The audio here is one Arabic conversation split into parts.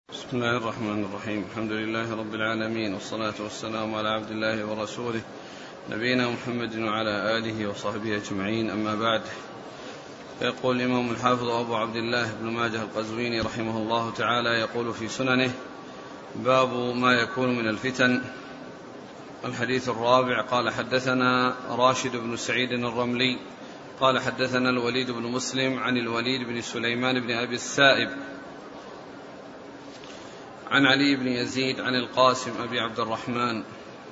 بسم الله الرحمن الرحيم. الحمد لله رب العالمين، والصلاة والسلام على عبد الله ورسوله نبينا محمد وعلى آله وصحبه أجمعين، أما بعد. فيقول الإمام الحافظ أبو عبد الله بن ماجه القزويني رحمه الله تعالى يقول في سننه: باب ما يكون من الفتن. الحديث الرابع. قال حدثنا راشد بن سعيد الرملي قال حدثنا الوليد بن مسلم عن الوليد بن سليمان بن أبي السائب عن علي بن يزيد عن القاسم أبي عبد الرحمن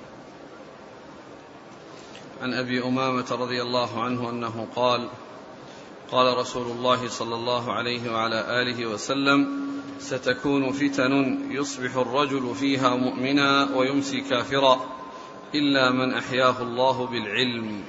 عن أبي أمامة رضي الله عنه أنه قال: قال رسول الله صلى الله عليه وعلى آله وسلم: ستكون فتن يصبح الرجل فيها مؤمنا ويمسي كافرا إلا من أحياه الله بالعلم.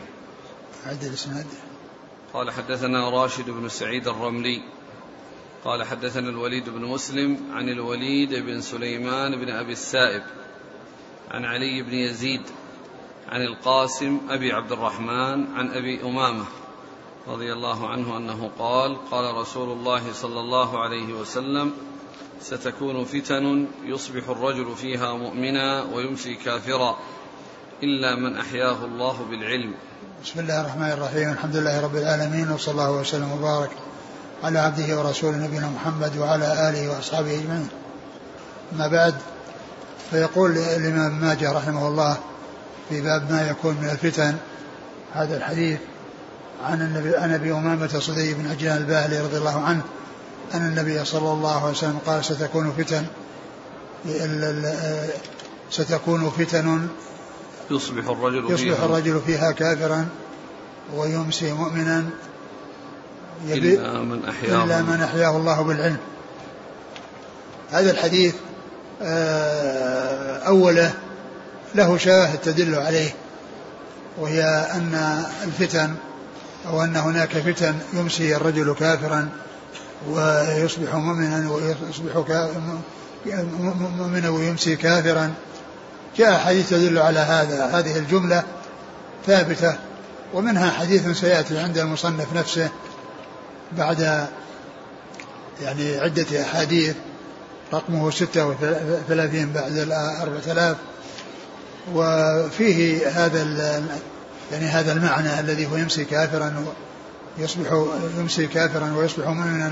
قال حدثنا راشد بن سعيد الرملي قال حدثنا الوليد بن مسلم عن الوليد بن سليمان بن أبي السائب عن علي بن يزيد عن القاسم أبي عبد الرحمن عن أبي أمامة رضي الله عنه أنه قال: قال رسول الله صلى الله عليه وسلم: ستكون فتن يصبح الرجل فيها مؤمنا ويمسي كافرا إلا من أحياه الله بالعلم. بسم الله الرحمن الرحيم. الحمد لله رب العالمين، وصلى الله وسلم وبارك على عبده ورسوله نبينا محمد وعلى آله وأصحابه أجمعين. أما بعد، فيقول الإمام ماجه رحمه الله في باب ما يكون من الفتن هذا الحديث عن أبي أمامة صدي بن عجلان الباهلي رضي الله عنه أن النبي صلى الله عليه وسلم قال: ستكون فتن يصبح الرجل فيها كافرا ويمسي مؤمنا إلا من أحياه الله بالعلم. هذا الحديث أوله له شواهد تدل عليه، وهي أن الفتن أو أن هناك فتن يمسي الرجل كافرا ويصبح مؤمنا ويمسي كافرا. جاء حديث تدل على هذه الجملة ثابتة، ومنها حديث سيأتي عند المصنف نفسه بعد عدة أحاديث، رقمه 36 بعد 4000، وفيه هذا المعنى الذي هو يمسي كافرا ويصبح مؤمنا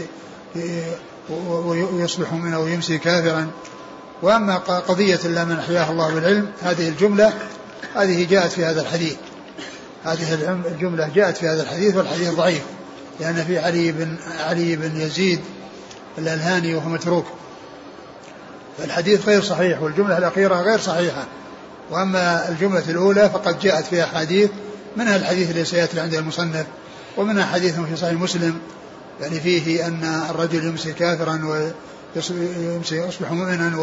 ويصبح مؤمنا ويمسي كافرا. وأما قضية إلا من أحياه الله بالعلم، هذه الجملة جاءت في هذا الحديث، هذه الجملة جاءت في هذا الحديث، والحديث ضعيف لأن في علي بن يزيد الألهاني وهو متروك، فالحديث غير صحيح، والجملة الأخيرة غير صحيحة. وأما الجملة الأولى فقد جاءت فيها حديث، منها الحديث الذي سيأتي عند المصنف، ومنها حديث في صحيح مسلم فيه أن الرجل يمسي كافرا ويصبح مؤمنا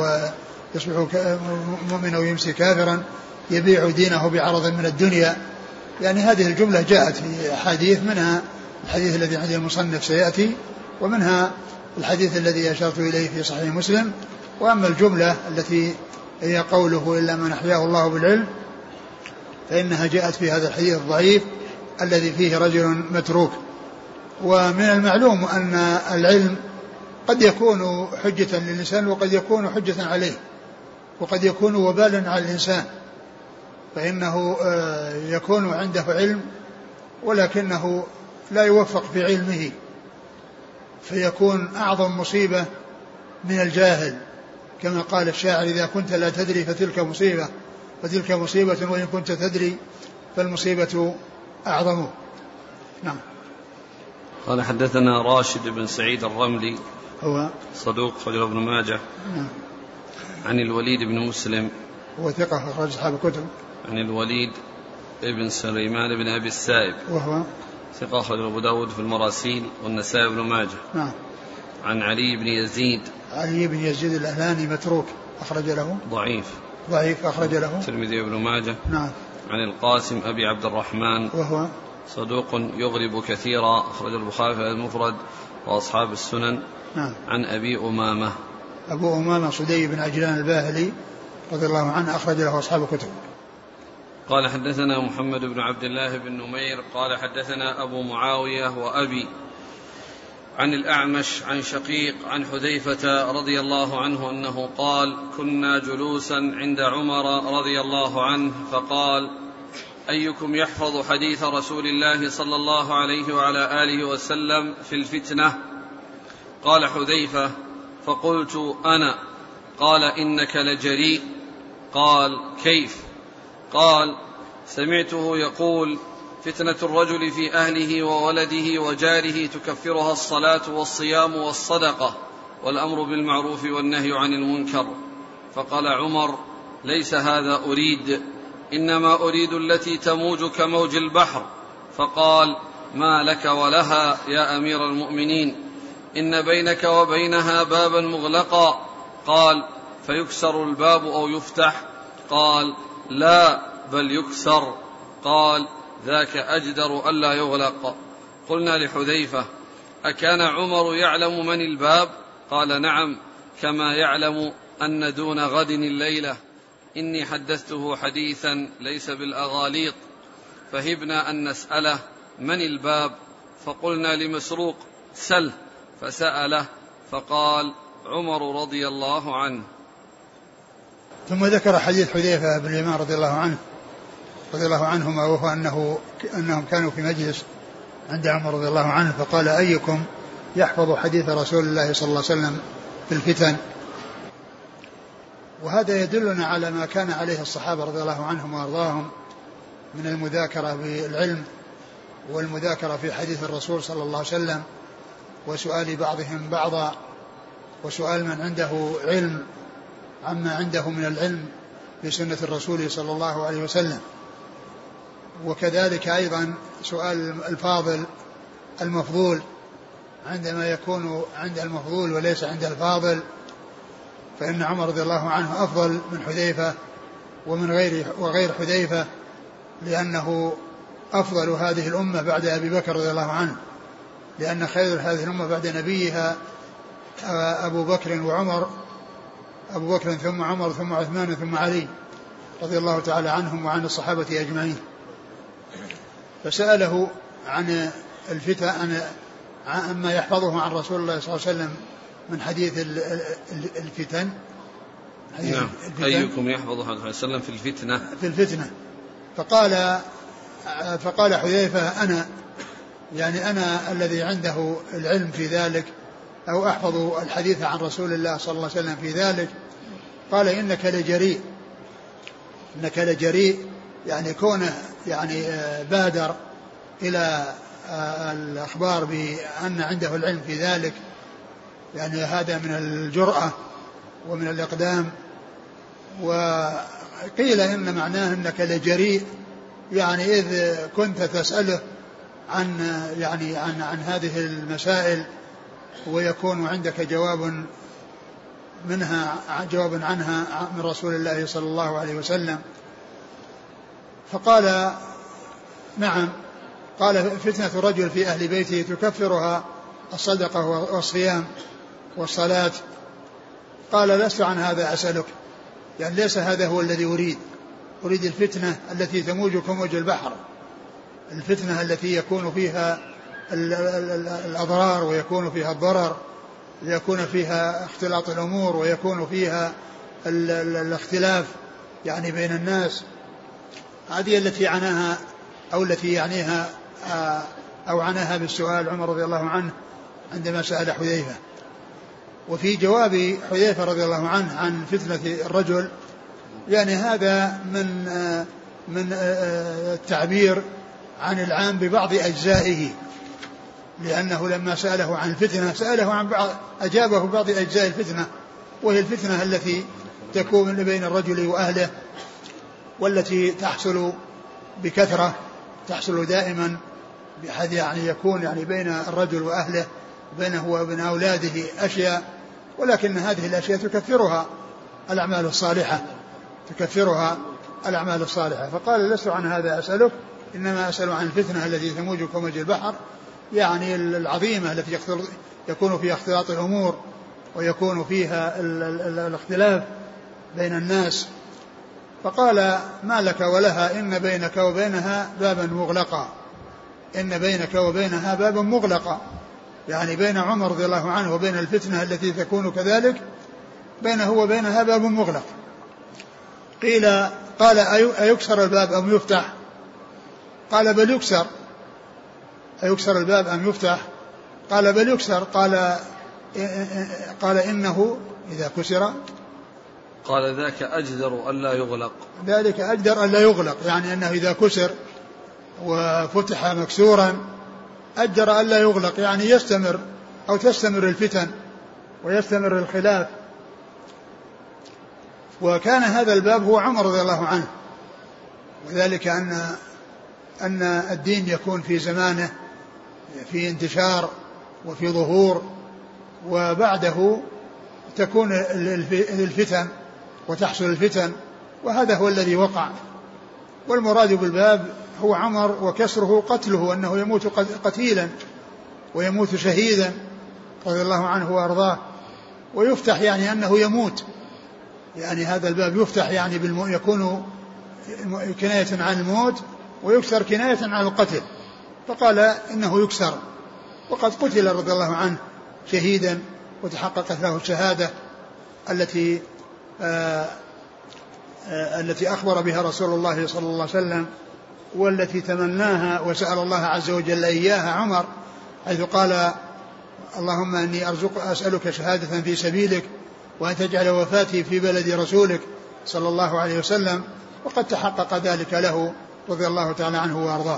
ويمسي كافرا يبيع دينه بعرض من الدنيا. هذه الجملة جاءت في أحاديث، منها الحديث الذي عند المصنف سيأتي، ومنها الحديث الذي أشرت إليه في صحيح مسلم. وأما الجملة التي هي قوله إلا من أحياه الله بالعلم فإنها جاءت في هذا الحديث الضعيف الذي فيه رجل متروك. ومن المعلوم أن العلم قد يكون حجة للإنسان وقد يكون حجة عليه، وقد يكون وبالا على الإنسان، فإنه يكون عنده علم ولكنه لا يوفق في علمه، فيكون أعظم مصيبة من الجاهل، كما قال الشاعر: إذا كنت لا تدري فتلك مصيبة وإن كنت تدري فالمصيبة أعظم. نعم. قال حدثنا راشد بن سعيد الرملي هو صدوق خرج ابن ماجه. نعم. عن الوليد بن مسلم هو ثقة أخرج أصحاب الكتب. عن الوليد بن سليمان بن أبي السائب وهو ثقة أخرج أبو داود في المراسيل والنسائي بن ماجه. نعم. عن علي بن يزيد الأهلاني متروك أخرج له، ضعيف أخرج له الترمذي بن ماجه. نعم. عن القاسم أبي عبد الرحمن وهو صدوق يغرب كثيرا أخرج البخاري في المفرد وأصحاب السنن. نعم. عن أبي أمامة أبو أمامة صدي بن عجلان الباهلي رضي الله عنه أخرج له أصحاب الكتب. قال حدثنا محمد بن عبد الله بن نمير قال حدثنا أبو معاوية وأبي عن الأعمش عن شقيق عن حذيفة رضي الله عنه أنه قال: كنا جلوسا عند عمر رضي الله عنه فقال: أيكم يحفظ حديث رسول الله صلى الله عليه وعلى آله وسلم في الفتنة؟ قال حذيفة: فقلت: أنا. قال: إنك لجريء. قال: كيف؟ قال: سمعته يقول: فتنة الرجل في أهله وولده وجاره تكفرها الصلاة والصيام والصدقة والأمر بالمعروف والنهي عن المنكر. فقال عمر: ليس هذا أريد، إنما أريد التي تموج كموج البحر. فقال: ما لك ولها يا أمير المؤمنين؟ إن بينك وبينها بابا مغلقا. قال: فيكسر الباب أو يفتح؟ قال: لا، بل يكسر. قال: ذاك أجدر ألا يغلق. قلنا لحذيفة: أكان عمر يعلم من الباب؟ قال: نعم، كما يعلم أن دون غد الليلة. إني حدثته حديثا ليس بالأغاليط، فهبنا أن نسأله: من الباب؟ فقلنا لمسروق: سله. فسأله فقال: عمر رضي الله عنه. ثم ذكر حديث حذيفة بن اليمان رضي الله عنهما، وهو أنهم كانوا في مجلس عند عمر رضي الله عنه، فقال: أيكم يحفظ حديث رسول الله صلى الله عليه وسلم في الفتن؟ وهذا يدلنا على ما كان عليه الصحابة رضي الله عنهم وأرضاهم من المذاكرة بالعلم والمذاكرة في حديث الرسول صلى الله عليه وسلم، وسؤال بعضهم بعضا، وسؤال من عنده علم عما عنده من العلم بسنة الرسول صلى الله عليه وسلم. وكذلك أيضا سؤال الفاضل المفضول عندما يكون عند المفضول وليس عند الفاضل، فإن عمر رضي الله عنه أفضل من حذيفة وغير حذيفة، لأنه أفضل هذه الأمة بعد أبي بكر رضي الله عنه، لأن خير هذه الأمة بعد نبيها أبو بكر وعمر، أبو بكر ثم عمر ثم عثمان ثم علي رضي الله تعالى عنهم وعن الصحابة أجمعين. فسأله عن الفتن، عما يحفظه عن رسول الله صلى الله عليه وسلم من حديث الفتن. نعم. أيكم يحفظ حديث وسلم في الفتنة؟ فقال حذيفة: أنا، يعني أنا الذي عنده العلم في ذلك، أو أحفظ الحديث عن رسول الله صلى الله عليه وسلم في ذلك. قال: إنك لجريء، يعني كونه يعني بادر إلى الأخبار بأن عنده العلم في ذلك، يعني هذا من الجرأة ومن الإقدام. وقيل إن معناه أنك لجريء، يعني إذ كنت تسأله عن هذه المسائل ويكون عندك جواب عنها من رسول الله صلى الله عليه وسلم. فقال: نعم. قال: فتنة الرجل في أهل بيته تكفرها الصدقة والصيام والصلاة. قال: لست عن هذا أسألك، يعني ليس هذا هو الذي أريد الفتنة التي تموج كموج البحر، الفتنة التي يكون فيها الأضرار ويكون فيها الضرر، يكون فيها اختلاط الأمور ويكون فيها الاختلاف يعني بين الناس. هذه التي عناها أو التي يعنيها أو عناها بالسؤال عمر رضي الله عنه عندما سأل حذيفة. وفي جواب حذيفة رضي الله عنه عن فتنة الرجل، يعني هذا من التعبير عن العام ببعض أجزائه، لأنه لما سأله عن الفتنة سأله عن أجابه ببعض أجزاء الفتنة، وهي الفتنة التي تكون بين الرجل وأهله، والتي تحصل بكثرة، تحصل دائما، بحيث يعني يكون يعني بين الرجل وأهله، بينه وبين أولاده أشياء، ولكن هذه الأشياء تكفرها الأعمال الصالحة. فقال: لست عن هذا أسألك، إنما أسأل عن الفتنة التي تموج كموج البحر، يعني العظيمة التي يكون فيها اختلاط الأمور ويكون فيها الاختلاف بين الناس. فقال: ما لك ولها؟ إن بينك وبينها بابا مغلقا. يعني بين عمر رضي الله عنه وبين الفتنة التي تكون كذلك بينه وبينها باب مغلق. قال أيكسر الباب أم يفتح؟ قال بل يكسر. أيكسر الباب أم يفتح؟ قال بل يكسر. قال إنه إذا كسر قال ذاك أجدر ألا يغلق. ذلك أجدر ألا يغلق، يعني أنه إذا كسر وفتح مكسورا أجدر ألا يغلق، يعني يستمر أو تستمر الفتن ويستمر الخلاف. وكان هذا الباب هو عمر رضي الله عنه، وذلك أن الدين يكون في زمانه في انتشار وفي ظهور، وبعده تكون الفتن وتحصل الفتن، وهذا هو الذي وقع. والمراد بالباب هو عمر، وكسره قتله، أنه يموت قتيلا ويموت شهيدا رضي الله عنه وأرضاه. ويفتح يعني أنه يموت، يعني هذا الباب يفتح يعني يكون كناية عن الموت، ويكسر كناية عن القتل، فقال إنه يكسر. وقد قتل رضي الله عنه شهيدا وتحققت له الشهادة التي أخبر بها رسول الله صلى الله عليه وسلم، والتي تمناها وسأل الله عز وجل إياها عمر، حيث قال اللهم إني أسألك شهادة في سبيلك وأن تجعل وفاتي في بلد رسولك صلى الله عليه وسلم. وقد تحقق ذلك له رضي الله تعالى عنه وأرضاه.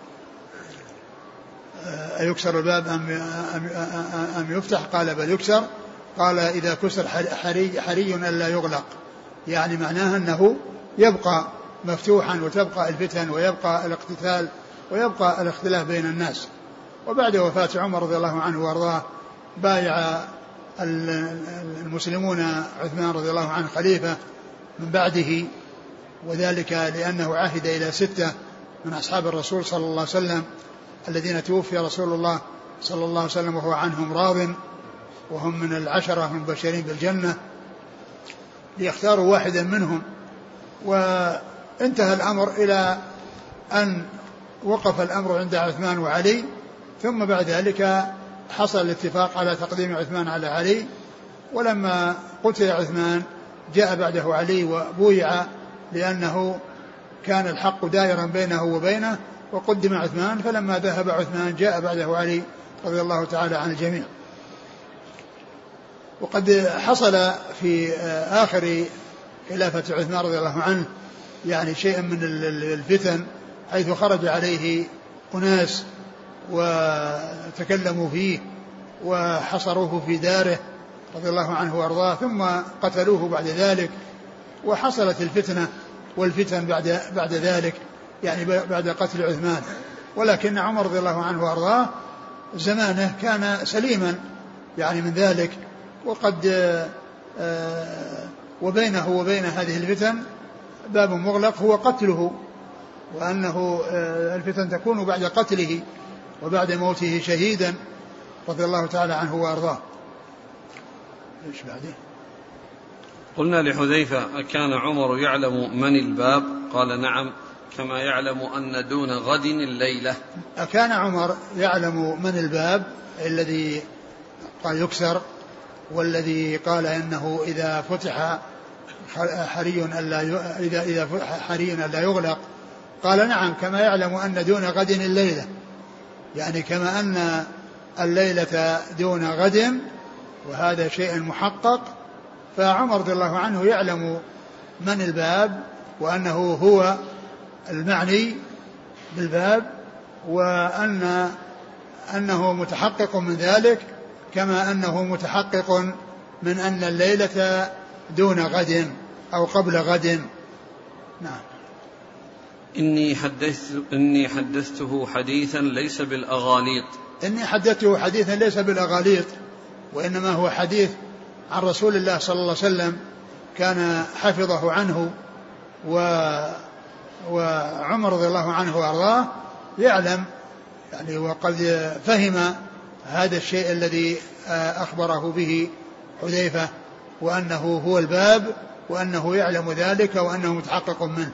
أيكسر الباب أم يفتح؟ قال بل يكسر. قال إذا كسر حري ألا يغلق، يعني معناها أنه يبقى مفتوحا، وتبقى الفتن ويبقى الاقتتال ويبقى الاختلاف بين الناس. وبعد وفاة عمر رضي الله عنه وأرضاه بايع المسلمون عثمان رضي الله عنه خليفة من بعده، وذلك لأنه عهد إلى 6 من أصحاب الرسول صلى الله عليه وسلم الذين توفي رسول الله صلى الله عليه وسلم وهو عنهم راض، وهم من 10 المبشرين بالجنة، ليختاروا واحدا منهم. وانتهى الأمر إلى أن وقف الأمر عند عثمان وعلي، ثم بعد ذلك حصل الاتفاق على تقديم عثمان على علي. ولما قتل عثمان جاء بعده علي وبويع، لأنه كان الحق دائرا بينه وبينه، وقدم عثمان. فلما ذهب عثمان جاء بعده علي رضي الله تعالى عن الجميع. وقد حصل في آخر خلافة عثمان رضي الله عنه يعني شيء من الفتن، حيث خرج عليه أناس وتكلموا فيه وحصروه في داره رضي الله عنه وأرضاه، ثم قتلوه بعد ذلك. وحصلت الفتنة والفتن بعد ذلك، يعني بعد قتل عثمان. ولكن عمر رضي الله عنه وأرضاه زمانه كان سليما يعني من ذلك، وقد وبينه وبين هذه الفتن باب مغلق هو قتله، وأنه الفتن تكون بعد قتله وبعد موته شهيدا رضي الله تعالى عنه وأرضاه. إيش بعده؟ قلنا لحذيفة أكان عمر يعلم من الباب؟ قال نعم، كما يعلم أن دون غد الليلة. أكان عمر يعلم من الباب الذي قال يكسر، والذي قال إنه إذا فتح حري ألا يغلق. قال نعم، كما يعلم أن دون غد الليلة، يعني كما أن الليلة دون غد، وهذا شيء محقق. فعمر رضي الله عنه يعلم من الباب، وأنه هو المعني بالباب، وأنه متحقق من ذلك، كما أنه متحقق من أن الليلة دون غد أو قبل غد. نعم. إني حدثته حديثا ليس بالأغاليط. إني حدثته حديثا ليس بالأغاليط، وإنما هو حديث عن رسول الله صلى الله عليه وسلم كان حفظه عنه. وعمر رضي الله عنه وأرضاه يعلم يعني، وقد فهم هذا الشيء الذي أخبره به حذيفة، وأنه هو الباب، وأنه يعلم ذلك، وأنه متحقق منه.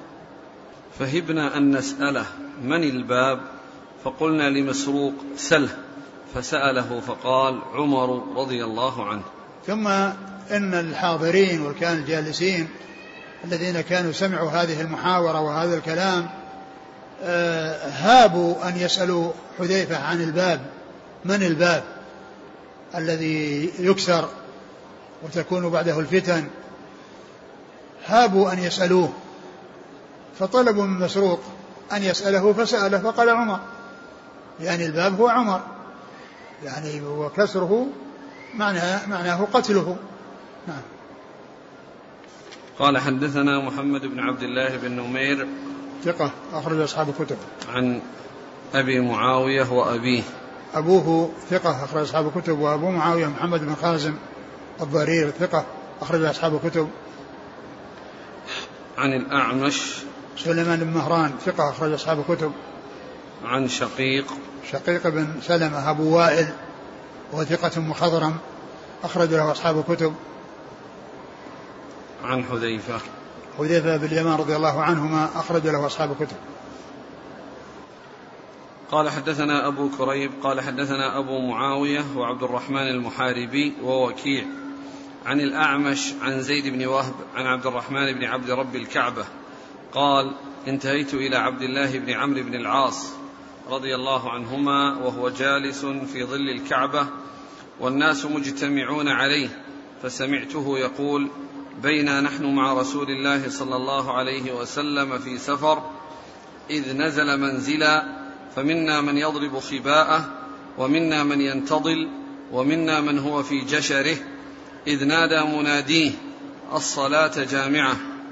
فهبنا أن نسأله من الباب، فقلنا لمسروق سله، فسأله فقال عمر رضي الله عنه. ثم إن الحاضرين وكان الجالسين الذين كانوا سمعوا هذه المحاورة وهذا الكلام هابوا أن يسألوا حذيفة عن الباب، من الباب الذي يكسر وتكون بعده الفتن، هابوا أن يسألوه، فطلبوا من مسروق أن يسأله فسأله فقال عمر، يعني الباب هو عمر، يعني وكسره معناه قتله. نعم. قال حدثنا محمد بن عبد الله بن نمير ثقة أخرج أصحاب الكتب. عن أبي معاوية وأبيه. أبوه ثقة أخرج أصحاب الكتب، وأبو معاوية محمد بن خازم الضرير ثقة أخرج أصحاب الكتب. عن الأعمش سليمان بن مهران ثقة أخرج أصحاب الكتب. عن شقيق بن سلمة أبو وائل وهو ثقة مخضرم أخرج له أصحاب الكتب. عن حذيفة بن اليمان رضي الله عنهما أخرج له أصحاب الكتب. قال حدثنا أبو كريب قال حدثنا أبو معاوية وعبد الرحمن المحاربي ووكيع عن الأعمش عن زيد بن وهب عن عبد الرحمن بن عبد رب الكعبة قال انتهيت إلى عبد الله بن عمرو بن العاص رضي الله عنهما وهو جالس في ظل الكعبة والناس مجتمعون عليه، فسمعته يقول بينا نحن مع رسول الله صلى الله عليه وسلم في سفر إذ نزل منزلا، فمنا من يضرب خباءه ومنا من ينتضل ومنا من هو في جشره، إذ نادى مناديه الصلاة جامعة،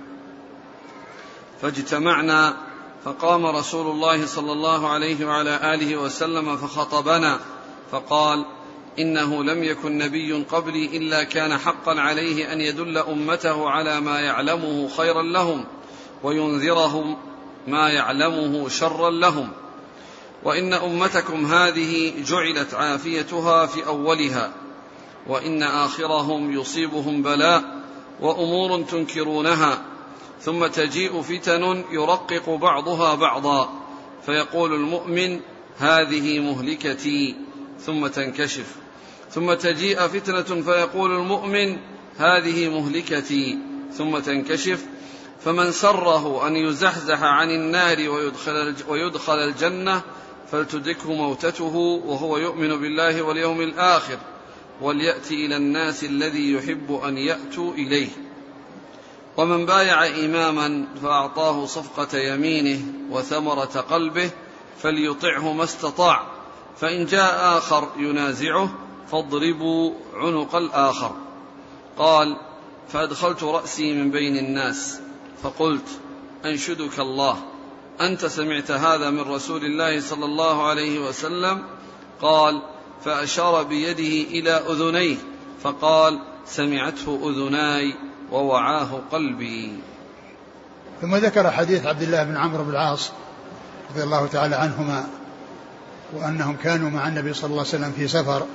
فاجتمعنا، فقام رسول الله صلى الله عليه وعلى آله وسلم فخطبنا فقال إنه لم يكن نبي قبلي إلا كان حقا عليه أن يدل أمته على ما يعلمه خيرا لهم وينذرهم ما يعلمه شرا لهم، وإن أمتكم هذه جعلت عافيتها في أولها، وإن آخرهم يصيبهم بلاء وأمور تنكرونها، ثم تجيء فتن يرقق بعضها بعضا، فيقول المؤمن هذه مهلكتي ثم تنكشف، ثم تجيء فتنة فيقول المؤمن هذه مهلكتي ثم تنكشف، فمن سره أن يزحزح عن النار ويدخل الجنة فلتدركه موتته وهو يؤمن بالله واليوم الآخر، وليأتي إلى الناس الذي يحب أن يأتوا إليه. ومن بايع إماما فأعطاه صفقة يمينه وثمرة قلبه فليطعه ما استطاع، فإن جاء آخر ينازعه فاضربوا عنق الآخر. قال فأدخلت رأسي من بين الناس فقلت أنشدك الله أنت سمعت هذا من رسول الله صلى الله عليه وسلم؟ قال فأشار بيده إلى أذنيه فقال سمعته أذناي ووعاه قلبي. ثم ذكر حديث عبد الله بن عمرو بن العاص رضي الله تعالى عنهما وأنهم كانوا مع النبي صلى الله عليه وسلم في سفر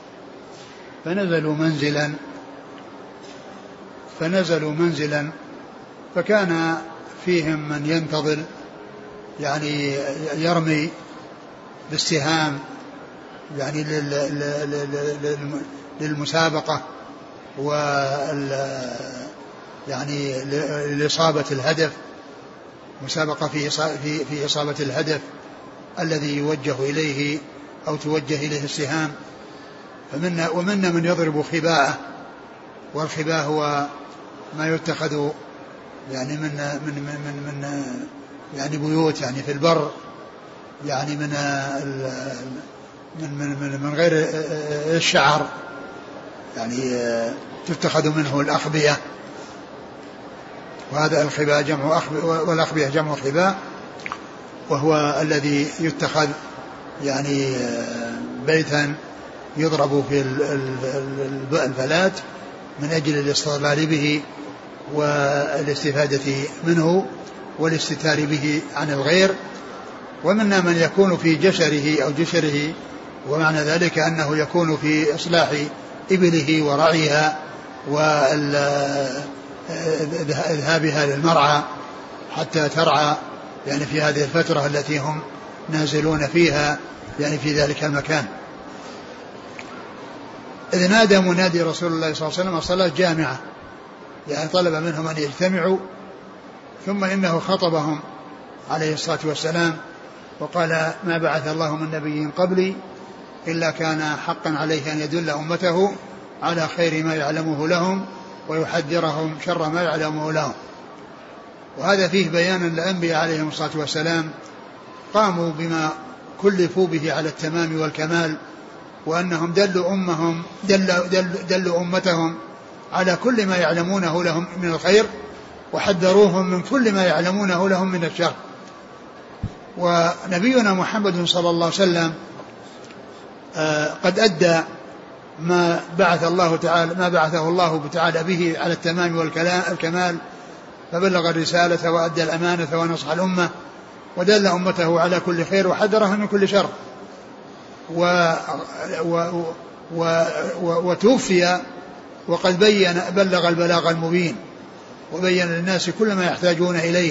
فنزلوا منزلا فكان فيهم من ينتظر يعني يرمي بالسهام يعني للمسابقة يعني لإصابة الهدف، مسابقة في إصابة الهدف الذي يوجه إليه أو توجه إليه السهام. ومنا من يضرب خباءه، والخباء هو ما يتخذ يعني من يعني بيوت يعني في البر، يعني من غير الشعر، يعني تتخذ منه الأخبية، وهذا الخباء جمع والأخبية جمع خباء، وهو الذي يتخذ يعني بيتا يضرب في الفلات من أجل الاستظلال به والاستفادة منه والاستتار به عن الغير. ومنا من يكون في جشره أو جشره، ومعنى ذلك أنه يكون في إصلاح إبله ورعيها وإذهابها للمرعى حتى ترعى يعني في هذه الفترة التي هم نازلون فيها يعني في ذلك المكان. إذ نادى منادي رسول الله صلى الله عليه وسلم الصلاة جامعة، يعني طلب منهم أن يجتمعوا. ثم إنه خطبهم عليه الصلاة والسلام وقال: ما بعث الله من نبي قبلي إلا كان حقا عليه أن يدل أمته على خير ما يعلمه لهم ويحذرهم شر ما يعلمه لهم. وهذا فيه بيان الأنبياء عليهم الصلاة والسلام قاموا بما كلفوا به على التمام والكمال، وأنهم دلوا أمتهم على كل ما يعلمونه لهم من الخير وحذروهم من كل ما يعلمونه لهم من الشر. ونبينا محمد صلى الله عليه وسلم قد أدى ما بعثه الله تعالى به على التمام والكمال، فبلغ الرسالة وأدى الأمانة ونصح الأمة ودل أمته على كل خير وحذرها من كل شر. وتوفي وقد بلغ البلاغ المبين وبين للناس كل ما يحتاجون إليه.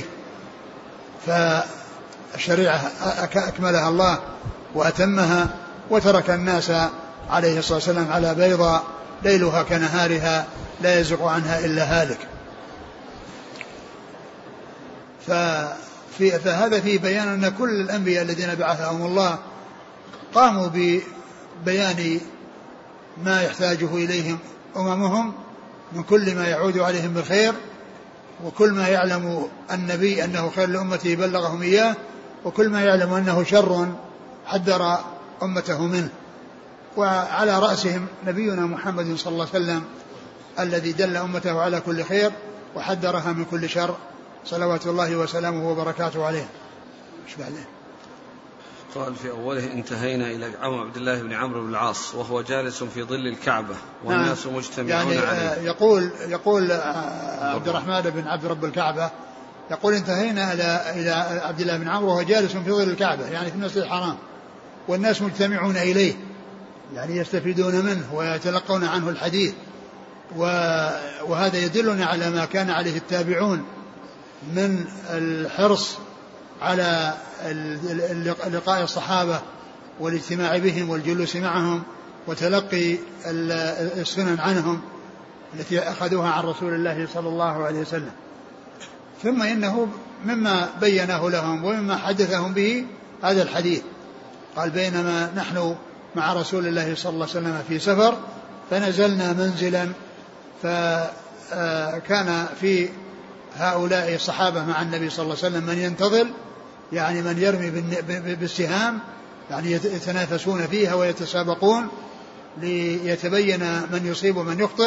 فالشريعة أكملها الله وأتمها، وترك الناس عليه الصلاة والسلام على بيضاء ليلها كنهارها لا يزغ عنها إلا هالك. فهذا فيه بيان أن كل الأنبياء الذين بعثهم الله قاموا ببيان ما يحتاجه إليهم أممهم من كل ما يعود عليهم بالخير، وكل ما يعلم النبي أنه خير لأمته بلغهم إياه، وكل ما يعلم أنه شر حذر أمته منه. وعلى رأسهم نبينا محمد صلى الله عليه وسلم الذي دل أمته على كل خير وحذرها من كل شر، صلوات الله وسلامه وبركاته عليه. قال في أوله: انتهينا إلى عبد الله بن عمرو بن العاص وهو جالس في ظل الكعبة والناس مجتمعون يعني عليه. يقول عبد الرحمن بن عبد رب الكعبة يقول: انتهينا إلى عبد الله بن عمرو وهو جالس في ظل الكعبة، يعني في المسجد الحرام، والناس مجتمعون إليه، يعني يستفيدون منه ويتلقون عنه الحديث. وهذا يدلنا على ما كان عليه التابعون من الحرص على لقاء الصحابة والاجتماع بهم والجلوس معهم وتلقي السنن عنهم التي أخذوها عن رسول الله صلى الله عليه وسلم. ثم إنه مما بينه لهم ومما حدثهم به هذا الحديث. قال: بينما نحن مع رسول الله صلى الله عليه وسلم في سفر فنزلنا منزلا، فكان في هؤلاء الصحابة مع النبي صلى الله عليه وسلم من ينتظر، يعني من يرمي بالسهام، يعني يتنافسون فيها ويتسابقون ليتبين من يصيب ومن يخطئ.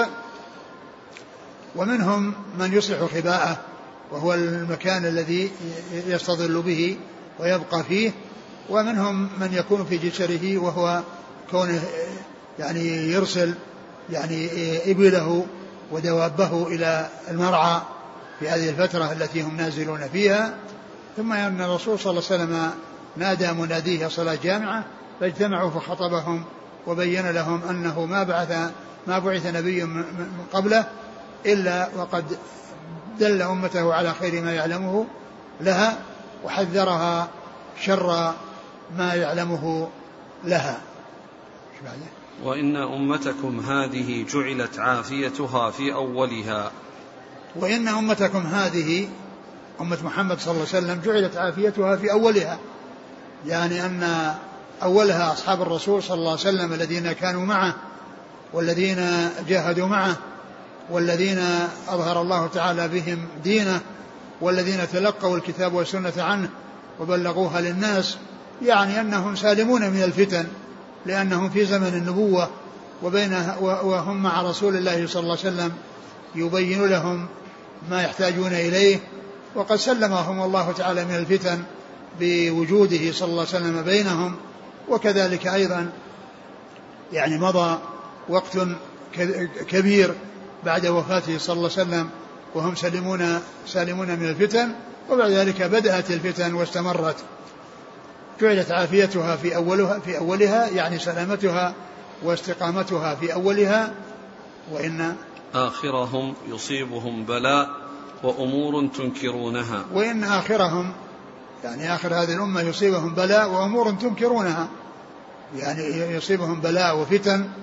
ومنهم من يصلح خباءه، وهو المكان الذي يستظل به ويبقى فيه. ومنهم من يكون في جسره، وهو كونه يعني يرسل يعني إبله ودوابه إلى المرعى في هذه الفترة التي هم نازلون فيها. ثم أن الرسول صلى الله عليه وسلم نادى مناديه صلاة جامعة، فاجتمعوا فخطبهم وبين لهم أنه ما بعث نبي من قبله إلا وقد دل أمته على خير ما يعلمه لها وحذرها شر ما يعلمه لها. وإن أمتكم هذه جعلت عافيتها في أولها. وإن أمتكم هذه أمة محمد صلى الله عليه وسلم جعلت عافيتها في أولها، يعني أن أولها أصحاب الرسول صلى الله عليه وسلم الذين كانوا معه والذين جاهدوا معه والذين أظهر الله تعالى بهم دينه والذين تلقوا الكتاب والسنة عنه وبلغوها للناس، يعني أنهم سالمون من الفتن لأنهم في زمن النبوة وهم مع رسول الله صلى الله عليه وسلم يبين لهم ما يحتاجون إليه. وقد سلمهم الله تعالى من الفتن بوجوده صلى الله عليه وسلم بينهم. وكذلك أيضا يعني مضى وقت كبير بعد وفاته صلى الله عليه وسلم وهم سالمون من الفتن، وبعد ذلك بدأت الفتن واستمرت. جعلت عافيتها في أولها يعني سلامتها واستقامتها في أولها. وإن آخرهم يصيبهم بلاء وأمور تنكرونها. وإن آخرهم يعني آخر هذه الأمة يصيبهم بلاء وأمور تنكرونها، يعني يصيبهم بلاء وفتن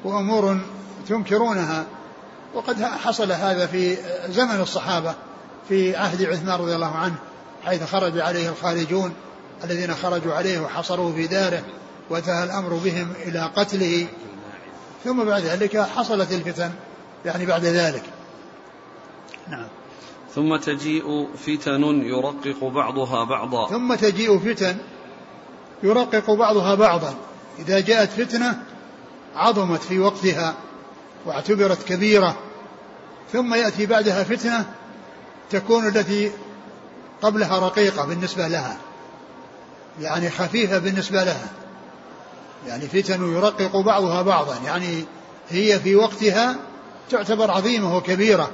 وأمور تنكرونها. وقد حصل هذا في زمن الصحابة في عهد عثمان رضي الله عنه، حيث خرج عليه الخارجون الذين خرجوا عليه وحصروه في داره وانتهى الأمر بهم إلى قتله. ثم بعد ذلك حصلت الفتن يعني بعد ذلك. نعم. ثم تجيء فتن يرقق بعضها بعضا. ثم تجيء فتن يرقق بعضها بعضا. إذا جاءت فتنة عظمت في وقتها واعتبرت كبيرة، ثم يأتي بعدها فتنة تكون التي قبلها رقيقة بالنسبة لها، يعني خفيفة بالنسبة لها. يعني فتن يرقق بعضها بعضا، يعني هي في وقتها تعتبر عظيمة وكبيرة،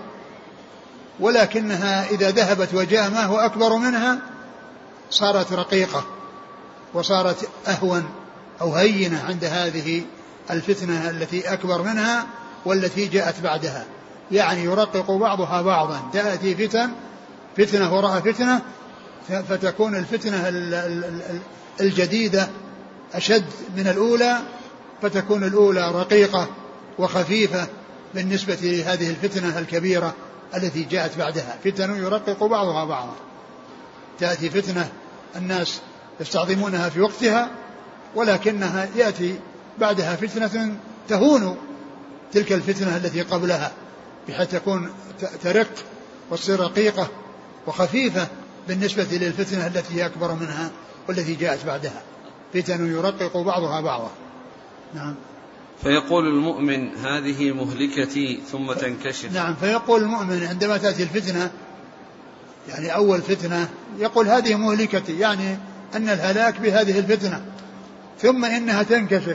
ولكنها إذا ذهبت وجاء ما هو أكبر منها صارت رقيقة وصارت أهون أو هينة عند هذه الفتنة التي أكبر منها والتي جاءت بعدها. يعني يرقق بعضها بعضا، تأتي فتنة وراء فتنة، فتكون الفتنة الجديدة أشد من الأولى، فتكون الأولى رقيقة وخفيفة بالنسبة لهذه الفتنة الكبيرة التي جاءت بعدها. فتن يرقق بعضها بعضا، تأتي فتنة الناس يستعظمونها في وقتها، ولكنها يأتي بعدها فتنة تهون تلك الفتنة التي قبلها، بحيث تكون ترق وتصير رقيقة وخفيفة بالنسبة للفتنة التي هي أكبر منها والتي جاءت بعدها. فتن يرقق بعضها بعضا. نعم. فيقول المؤمن هذه مهلكتي ثم تنكشف. نعم. فيقول المؤمن عندما تأتي الفتنة، يعني أول فتنة، يقول هذه مهلكتي، يعني أن الهلاك بهذه الفتنة، ثم إنها تنكشف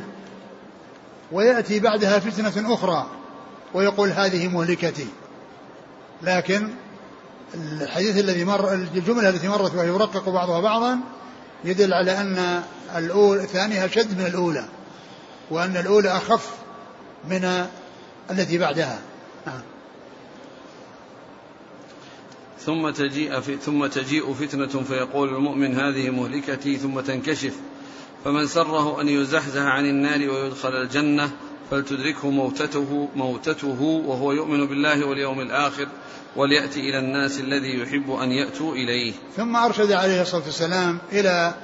ويأتي بعدها فتنة أخرى ويقول هذه مهلكتي. لكن الحديث الذي مر، الجملة التي مرت وهي يرقق بعضها بعضا، يدل على أن الثانية أشد من الأولى، وأن الأولى أخف من التي بعدها. ثم تجيء فتنة فيقول المؤمن هذه مهلكتي ثم تنكشف، فمن سره أن يزحزح عن النار ويدخل الجنة فلتدركه موتته وهو يؤمن بالله واليوم الآخر وليأتي إلى الناس الذي يحب أن يأتوا إليه. ثم أرشد عليه الصلاة والسلام إلى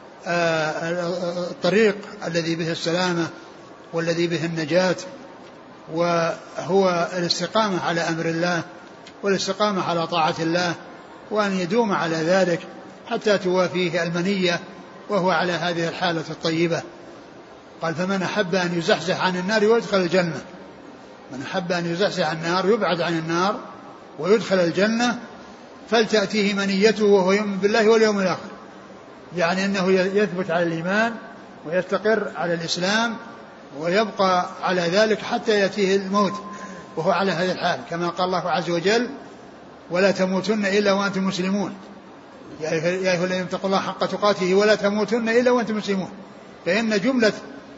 الطريق الذي به السلامة والذي به النجاة، وهو الاستقامة على أمر الله والاستقامة على طاعة الله، وأن يدوم على ذلك حتى توافيه المنية وهو على هذه الحالة الطيبة. قال فمن أحب أن يزحزح عن النار ويدخل الجنة، من أحب أن يزحزح عن النار يبعد عن النار ويدخل الجنة فلتأتيه منيته وهو يؤمن بالله واليوم الآخر، يعني أنه يثبت على الإيمان ويستقر على الإسلام ويبقى على ذلك حتى يأتيه الموت وهو على هذه الحال، كما قال الله عز وجل ولا تموتن إلا وأنتم مسلمون، يا أيها الذين اتقوا الله حق تقاته ولا تموتن إلا وأنتم مسلمون. فإن جملة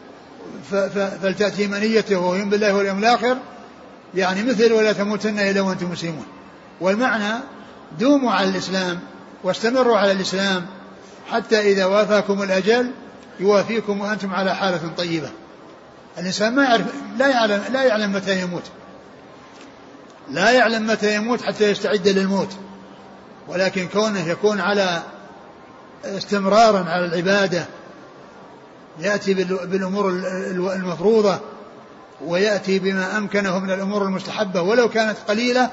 فلتأتي منيته وهو يؤمن بالله واليوم الآخر يعني مثل ولا تموتن إلا وأنتم مسلمون، والمعنى دوموا على الإسلام واستمروا على الإسلام حتى إذا وافاكم الأجل يوافيكم وأنتم على حالة طيبة. الإنسان ما يعرف، لا يعلم متى يموت، لا يعلم متى يموت حتى يستعد للموت، ولكن كونه يكون على استمرارا على العبادة، يأتي بالأمور المفروضة ويأتي بما أمكنه من الأمور المستحبة ولو كانت قليلة،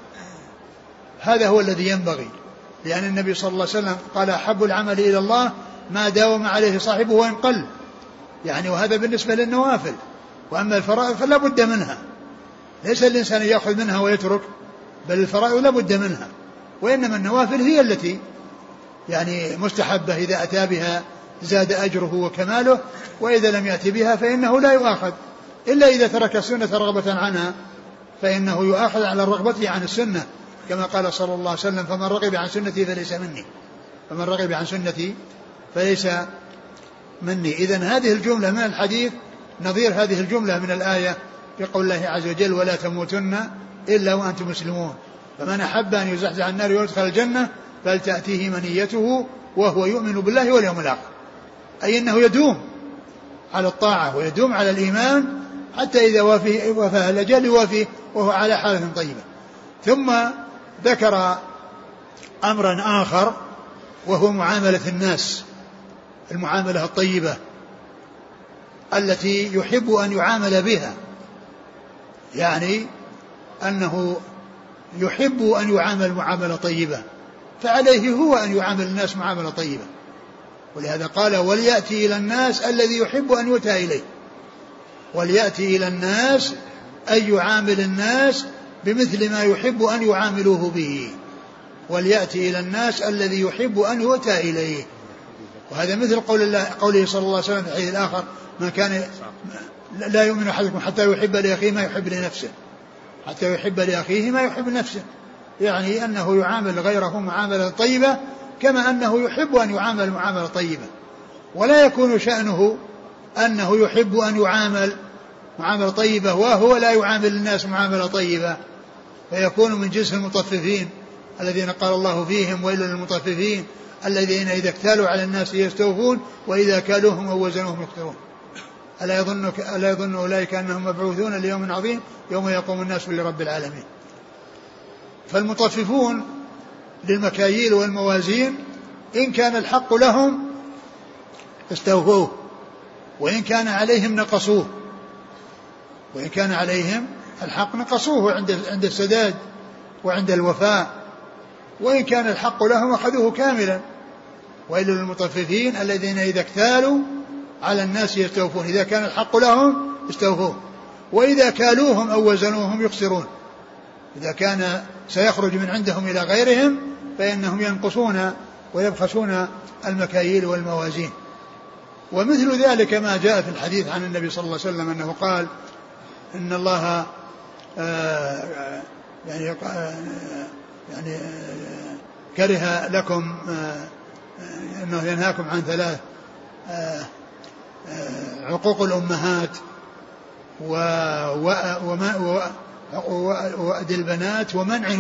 هذا هو الذي ينبغي، لأن النبي صلى الله عليه وسلم قال أحب العمل إلى الله ما داوم عليه صاحبه وإن قل، يعني وهذا بالنسبة للنوافل. وأما الفرائض فلا بد منها، ليس الإنسان يأخذ منها ويترك، بل الفرائض لا بد منها، وإنما النوافل هي التي يعني مستحبة، إذا أتى بها زاد أجره وكماله، وإذا لم يأتي بها فإنه لا يؤاخذ، إلا إذا ترك السنة رغبة عنها فإنه يؤاخذ على الرغبة عن السنة، كما قال صلى الله عليه وسلم فمن رغب عن سنتي فليس مني، فمن رغب عن سنتي فليس مني. إذن هذه الجملة من الحديث نظير هذه الجملة من الآية في قول الله عز وجل ولا تموتن إلا وأنتم مسلمون، فمن أحب أن يزحزح عن النار ويدخل الجنة فلتأتيه منيته وهو يؤمن بالله واليوم الآخر، أي أنه يدوم على الطاعة ويدوم على الإيمان حتى إذا وفاه الأجل يوافيه وهو على حالة طيبة. ثم ذكر أمرا آخر وهو معاملة الناس، المعاملة الطيبة التي يحب أن يعامل بها، يعني أنه يحب أن يعامل معاملة طيبة، فعليه هو أن يعامل الناس معاملة طيبة. ولهذا قال وليأتي إلى الناس الذي يحب أن يؤتى إليه، وليأتي إلى الناس أن يعامل الناس بمثل ما يحب أن يعاملوه به، وليأتي إلى الناس الذي يحب أن يؤتى إليه. وهذا مثل قوله صلى الله عليه وسلم في الحديث الآخر ما كان لا يؤمن أحدكم حتى يحب لأخيه ما يحب لنفسه، حتى يحب لأخيه ما يحب لنفسه، يعني أنه يعامل غيره معاملة طيبة كما أنه يحب أن يعامل معاملة طيبة. ولا يكون شأنه أنه يحب أن يعامل معاملة طيبة وهو لا يعامل الناس معاملة طيبة، فيكون من جنس المطففين الذين قال الله فيهم ويل للمطففين الذين إذا اكتالوا على الناس يستوفون وإذا كالوهم أو وزنوهم يخسرون. ألا يظن أولئك أنهم مبعوثون ليوم عظيم يوم يقوم الناس لرب العالمين. فالمطففون للمكاييل والموازين إن كان الحق لهم استوفوه، وإن كان عليهم نقصوه، وإن كان عليهم الحق نقصوه عند السداد وعند الوفاء، وإن كان الحق لهم أخذوه كاملا. ويل للمطففين الذين إذا اكتالوا على الناس يستوفون، إذا كان الحق لهم استوفوه، وإذا كالوهم أو وزنوهم يخسرون، إذا كان سيخرج من عندهم إلى غيرهم فإنهم ينقصون ويبخسون المكاييل والموازين. ومثل ذلك ما جاء في الحديث عن النبي صلى الله عليه وسلم أنه قال إن الله يعني كره لكم أنه ينهاكم عن ثلاث: عقوق الأمهات وأد البنات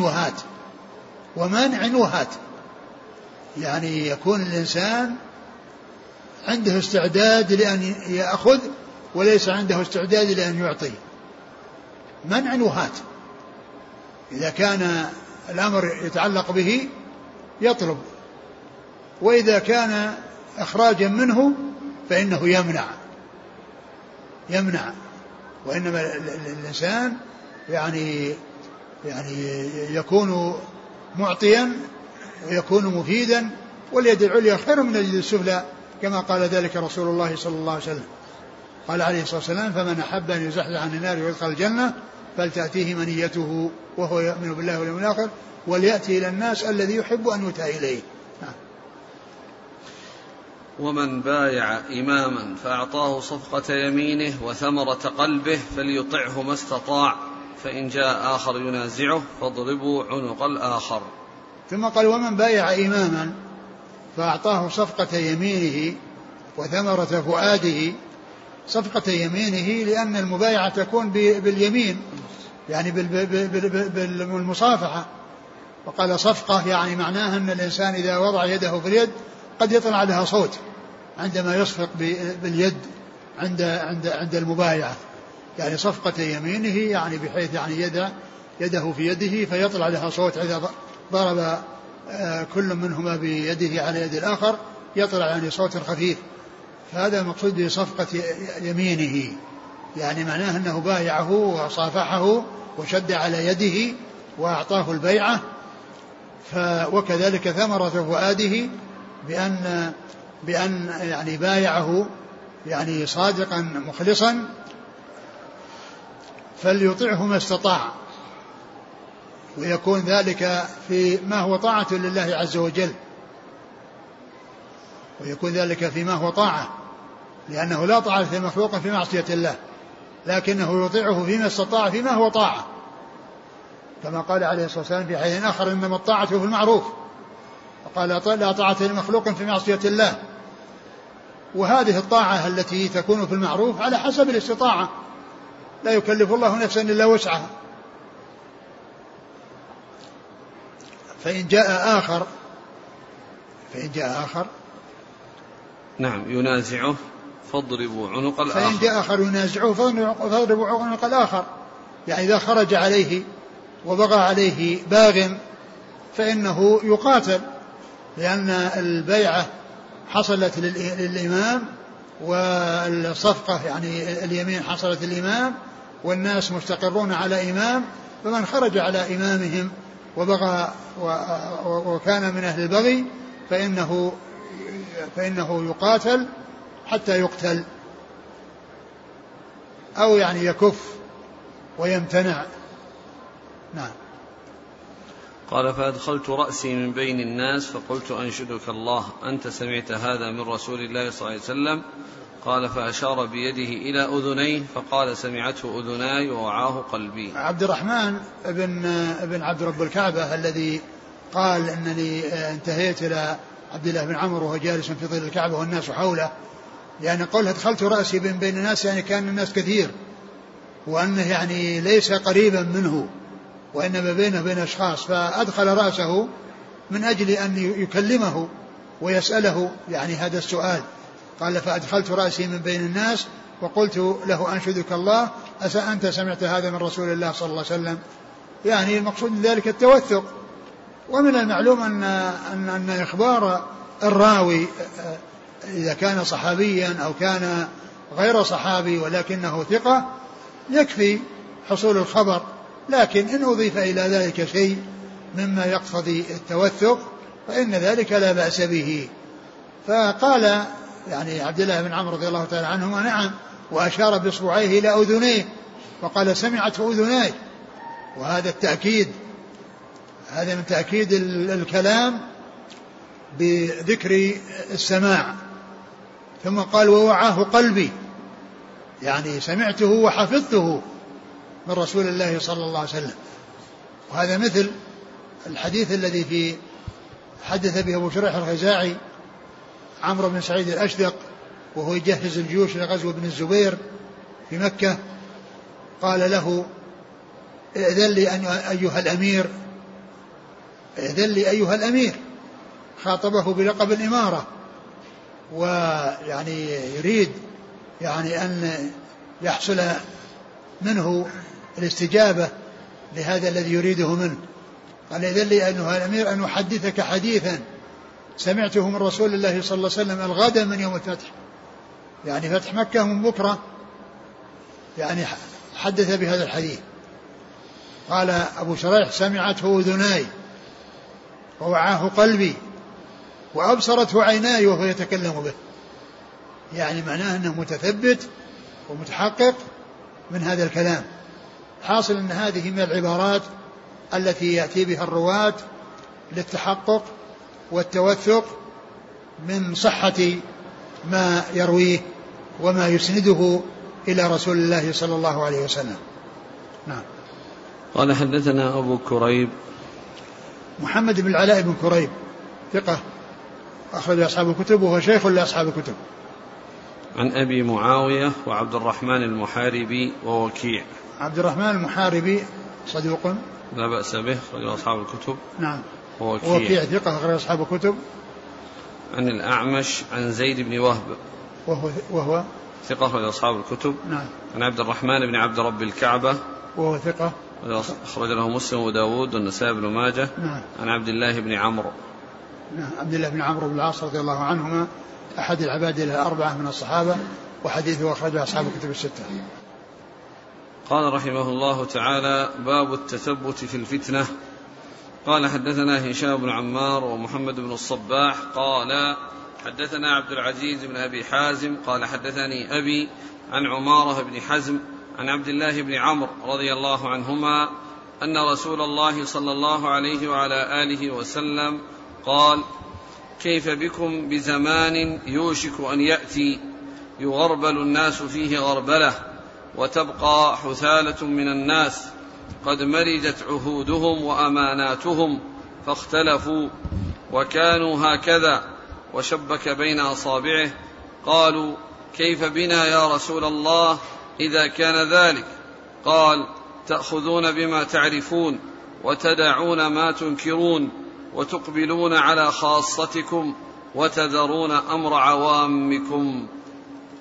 ومنع وهات. يعني يكون الإنسان عنده استعداد لأن يأخذ وليس عنده استعداد لأن يعطي. منع وهات، إذا كان الأمر يتعلق به يطلب، وإذا كان إخراجا منه فإنه يمنع. وإنما الإنسان يعني يكون معطيا ويكون مفيدا، واليد العليا خير من اليد السفلى كما قال ذلك رسول الله صلى الله عليه وسلم. قال عليه الصلاة والسلام فمن أحب أن يزحزح عن النار ويدخل الجنة فلتأتيه منيته وهو يؤمن بالله واليوم الآخر وليأتي إلى الناس الذي يحب أن يؤتى إليه. ومن بايع إماما فأعطاه صفقة يمينه وثمرة قلبه فليطعه ما استطاع، فإن جاء آخر ينازعه فاضربوا عنق الآخر. ثم قال ومن بايع إماما فأعطاه صفقة يمينه وثمرة فؤاده. صفقة يمينه لأن المبايعة تكون باليمين، يعني بالمصافحة. وقال صفقة يعني معناها أن الإنسان إذا وضع يده في اليد قد يطلع لها صوت عندما يصفق باليد عند المبايعة. يعني صفقة يمينه يعني بحيث يعني يده في يده فيطلع لها صوت إذا ضرب كل منهما بيده على يد الآخر يطلع يعني صوت خفيف. فهذا المقصود بصفقة يمينه، يعني معناه أنه بايعه وصافحه وشد على يده وأعطاه البيعة. وكذلك ثمرة فؤاده بأن يعني بايعه يعني صادقا مخلصا فليطعه ما استطاع، ويكون ذلك في ما هو طاعة لله عز وجل، ويكون ذلك فيما هو طاعة، لأنه لا طاعة لمخلوق في معصية الله، لكنه يطيعه فيما استطاع فيما هو طاعة، كما قال عليه الصلاة والسلام في حديث آخر إنما الطاعة في المعروف، وقال لا طاعة لمخلوق في معصية الله. وهذه الطاعة التي تكون في المعروف على حسب الاستطاعة، لا يكلف الله نفسا إلا وسعها. فإن جاء آخر نعم ينازعه فاضربوا عنق الآخر. فإن جاء آخر ينازعه فاضربوا عنق الآخر، يعني إذا خرج عليه وبغى عليه باغ فإنه يقاتل، لأن البيعة حصلت للإمام، والصفقة يعني اليمين حصلت للإمام، والناس مستقرون على إمام، فمن خرج على إمامهم وبغى وكان من أهل البغي فإنه يقاتل حتى يقتل، أو يعني يكف ويمتنع. نعم. قال فأدخلت رأسي من بين الناس فقلت أنشدك الله أنت سمعت هذا من رسول الله صلى الله عليه وسلم؟ قال فأشار بيده إلى أذنيه فقال سمعته أذناي ووعاه قلبي. عبد الرحمن بن عبد رب الكعبة الذي قال أنني انتهيت إلى عبد الله بن عمرو وهو جالس في ظل الكعبة والناس حوله، يعني قال أدخلت رأسي من بين الناس، يعني كان الناس كثير، وأنه يعني ليس قريبا منه وإنما بينه وبين أشخاص، فأدخل رأسه من أجل أن يكلمه ويسأله يعني هذا السؤال. قال فأدخلت رأسي من بين الناس وقلت له أنشدك الله أنت سمعت هذا من رسول الله صلى الله عليه وسلم؟ يعني المقصود من ذلك التوثق. ومن المعلوم أن إخبار الراوي إذا كان صحابيا أو كان غير صحابي ولكنه ثقة يكفي حصول الخبر، لكن إن أضيف إلى ذلك شيء مما يقتضي التوثق فإن ذلك لا بأس به. فقال يعني عبد الله بن عمرو رضي الله تعالى عنهما نعم، وأشار بإصبعيه إلى أذنيه فقال سمعته أذناي، وهذا التأكيد، هذا من تأكيد الكلام بذكر السماع. ثم قال ووعاه قلبي، يعني سمعته وحفظته من رسول الله صلى الله عليه وسلم. وهذا مثل الحديث الذي في حدث به أبو شريح الخزاعي عمرو بن سعيد الأشدق وهو يجهز الجيوش لغزو ابن الزبير في مكة، قال له ائذن لي أيها الأمير، ائذن لي أيها الأمير، خاطبه بلقب الإمارة، ويعني يريد يعني أن يحصل منه الاستجابة لهذا الذي يريده منه. قال ائذن لي أيها الأمير أن أحدثك حديثا سمعته من رسول الله صلى الله عليه وسلم الغد من يوم الفتح، يعني فتح مكة من بكرة، يعني حدث بهذا الحديث. قال أبو شريح سمعته أذناي ووعاه قلبي وأبصرته عيناي وهو يتكلم به، يعني معناه أنه متثبت ومتحقق من هذا الكلام. حاصل أن هذه من العبارات التي يأتي بها الرواة للتحقق والتوثق من صحة ما يرويه وما يسنده إلى رسول الله صلى الله عليه وسلم. نعم. قال حدثنا أبو كريب محمد بن العلاء بن كريب ثقة أخرج أصحاب الكتب وهو شيخ لأصحاب الكتب. عن أبي معاوية وعبد الرحمن المحاربي ووكيع. عبد الرحمن المحاربي صدوق لا بأس به أخرج أصحاب الكتب. نعم. ووكيع ثقة أخرج أصحاب الكتب. عن الأعمش عن زيد بن وهب وهو ثقة أخرج أصحاب الكتب. نعم. عن عبد الرحمن بن عبد رب الكعبة وهو ثقة أخرج له مسلم وداود والنسائي بن ماجه. نعم. عن عبد الله بن عمرو. نعم. عبد الله بن عمرو بن العاص رضي الله عنهما أحد العباد الأربعة من الصحابة، وحديثه أخرجه أصحاب الكتب الستة. قال رحمه الله تعالى باب التثبت في الفتنة. قال حدثنا هشام بن عمار ومحمد بن الصباح قال حدثنا عبد العزيز بن أبي حازم قال حدثني أبي عن عمارة بن حزم عن عبد الله بن عمرو رضي الله عنهما أن رسول الله صلى الله عليه وعلى آله وسلم قال كيف بكم بزمان يوشك أن يأتي يغربل الناس فيه غربلة وتبقى حثالة من الناس قد مرجت عهودهم وأماناتهم فاختلفوا وكانوا هكذا، وشبك بين أصابعه. قالوا كيف بنا يا رسول الله إذا كان ذلك؟ قال تأخذون بما تعرفون وتدعون ما تنكرون وتقبلون على خاصتكم وتذرون أمر عوامكم.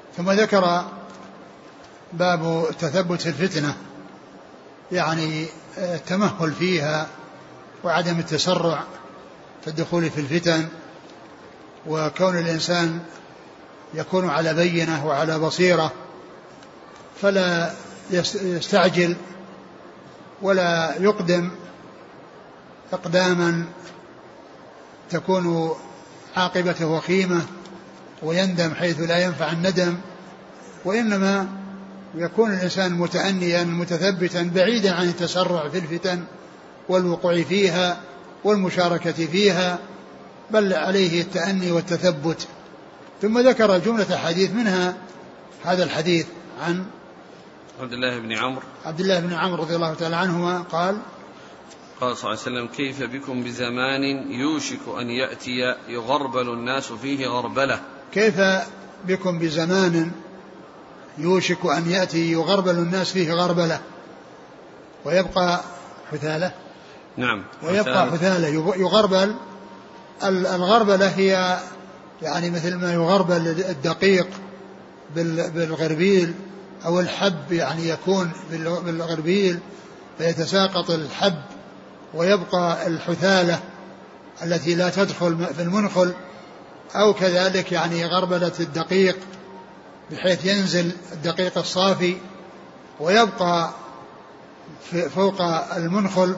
ثم ذكر باب التثبت في الفتنة، يعني التمهل فيها وعدم التسرع في الدخول في الفتن، وكون الإنسان يكون على بينة وعلى بصيرة فلا يستعجل ولا يقدم إقداما تكون عاقبته وخيمة ويندم حيث لا ينفع الندم، وإنما يكون الإنسان متأنيا متثبتا بعيدا عن التسرع في الفتن والوقوع فيها والمشاركة فيها، بل عليه التأني والتثبت. ثم ذكر جملة حديث منها هذا الحديث عن عبد الله بن عمرو رضي الله تعالى عنهما قال صلى الله عليه وسلم: كيف بكم بزمان يوشك أن يأتي يغربل الناس فيه غربلة. كيف بكم بزمان يوشك أن يأتي يغربل الناس فيه غربلة ويبقى حثالة. نعم، ويبقى حثالة يغربل. الغربلة هي يعني مثل ما يغربل الدقيق بالغربيل أو الحب، يعني يكون بالغربيل فيتساقط الحب ويبقى الحثالة التي لا تدخل في المنخل، أو كذلك يعني غربلة الدقيق بحيث ينزل الدقيق الصافي ويبقى فوق المنخل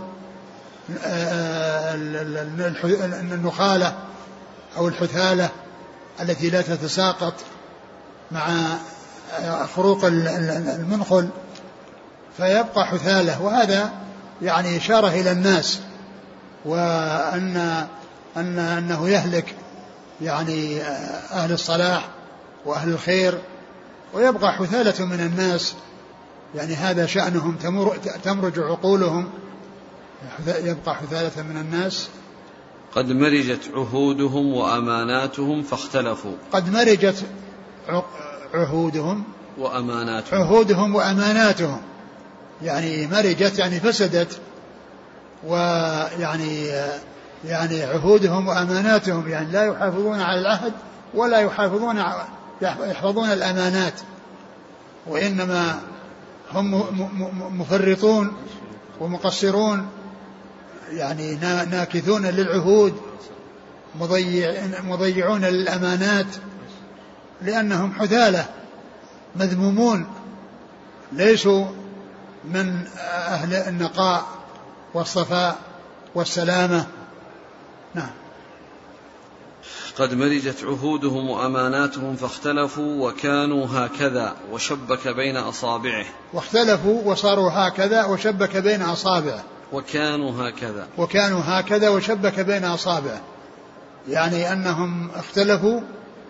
النخالة أو الحثالة التي لا تتساقط مع خروق المنخل فيبقى حثالة. وهذا يعني إشارة إلى الناس أنه يهلك يعني أهل الصلاح وأهل الخير ويبقى حثالة من الناس، يعني هذا شأنهم تمرج عقولهم، يبقى حثالة من الناس. قد مرجت عهودهم وأماناتهم فاختلفوا. قد مرجت عهودهم وأماناتهم، يعني مرجت يعني فسدت، ويعني عهودهم وأماناتهم يعني لا يحافظون على العهد ولا يحفظون الأمانات، وإنما هم مفرطون ومقصرون، يعني ناكثون للعهود مضيعون للأمانات، لأنهم حثالة مذمومون ليسوا من أهل النقاء والصفاء والسلامة. نعم. قد مرجت عهودهم وأماناتهم فاختلفوا وكانوا هكذا وشبك بين أصابعه. واختلفوا وصاروا هكذا وشبك بين أصابعه. وكانوا هكذا وشبك بين أصابعه، يعني أنهم اختلفوا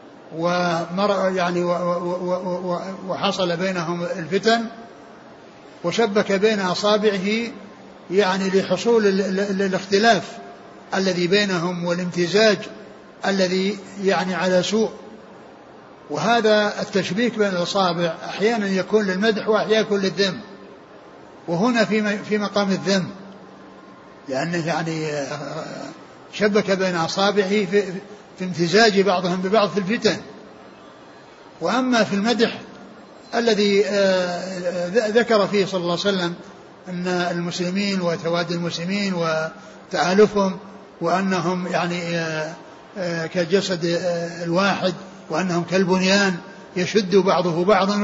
يعني وحصل بينهم الفتن وشبك بين أصابعه، يعني لحصول الاختلاف الذي بينهم والامتزاج الذي يعني على سوء. وهذا التشبيك بين الأصابع أحيانا يكون للمدح وأحيانا يكون للذم، وهنا في مقام الذم، لأنه يعني شبك بين أصابعه في امتزاج بعضهم ببعض في الفتن. وأما في المدح الذي ذكر فيه صلى الله عليه وسلم أن المسلمين وتواد المسلمين وتآلفهم وأنهم يعني كالجسد الواحد وأنهم كالبنيان يشد بعضه بعضا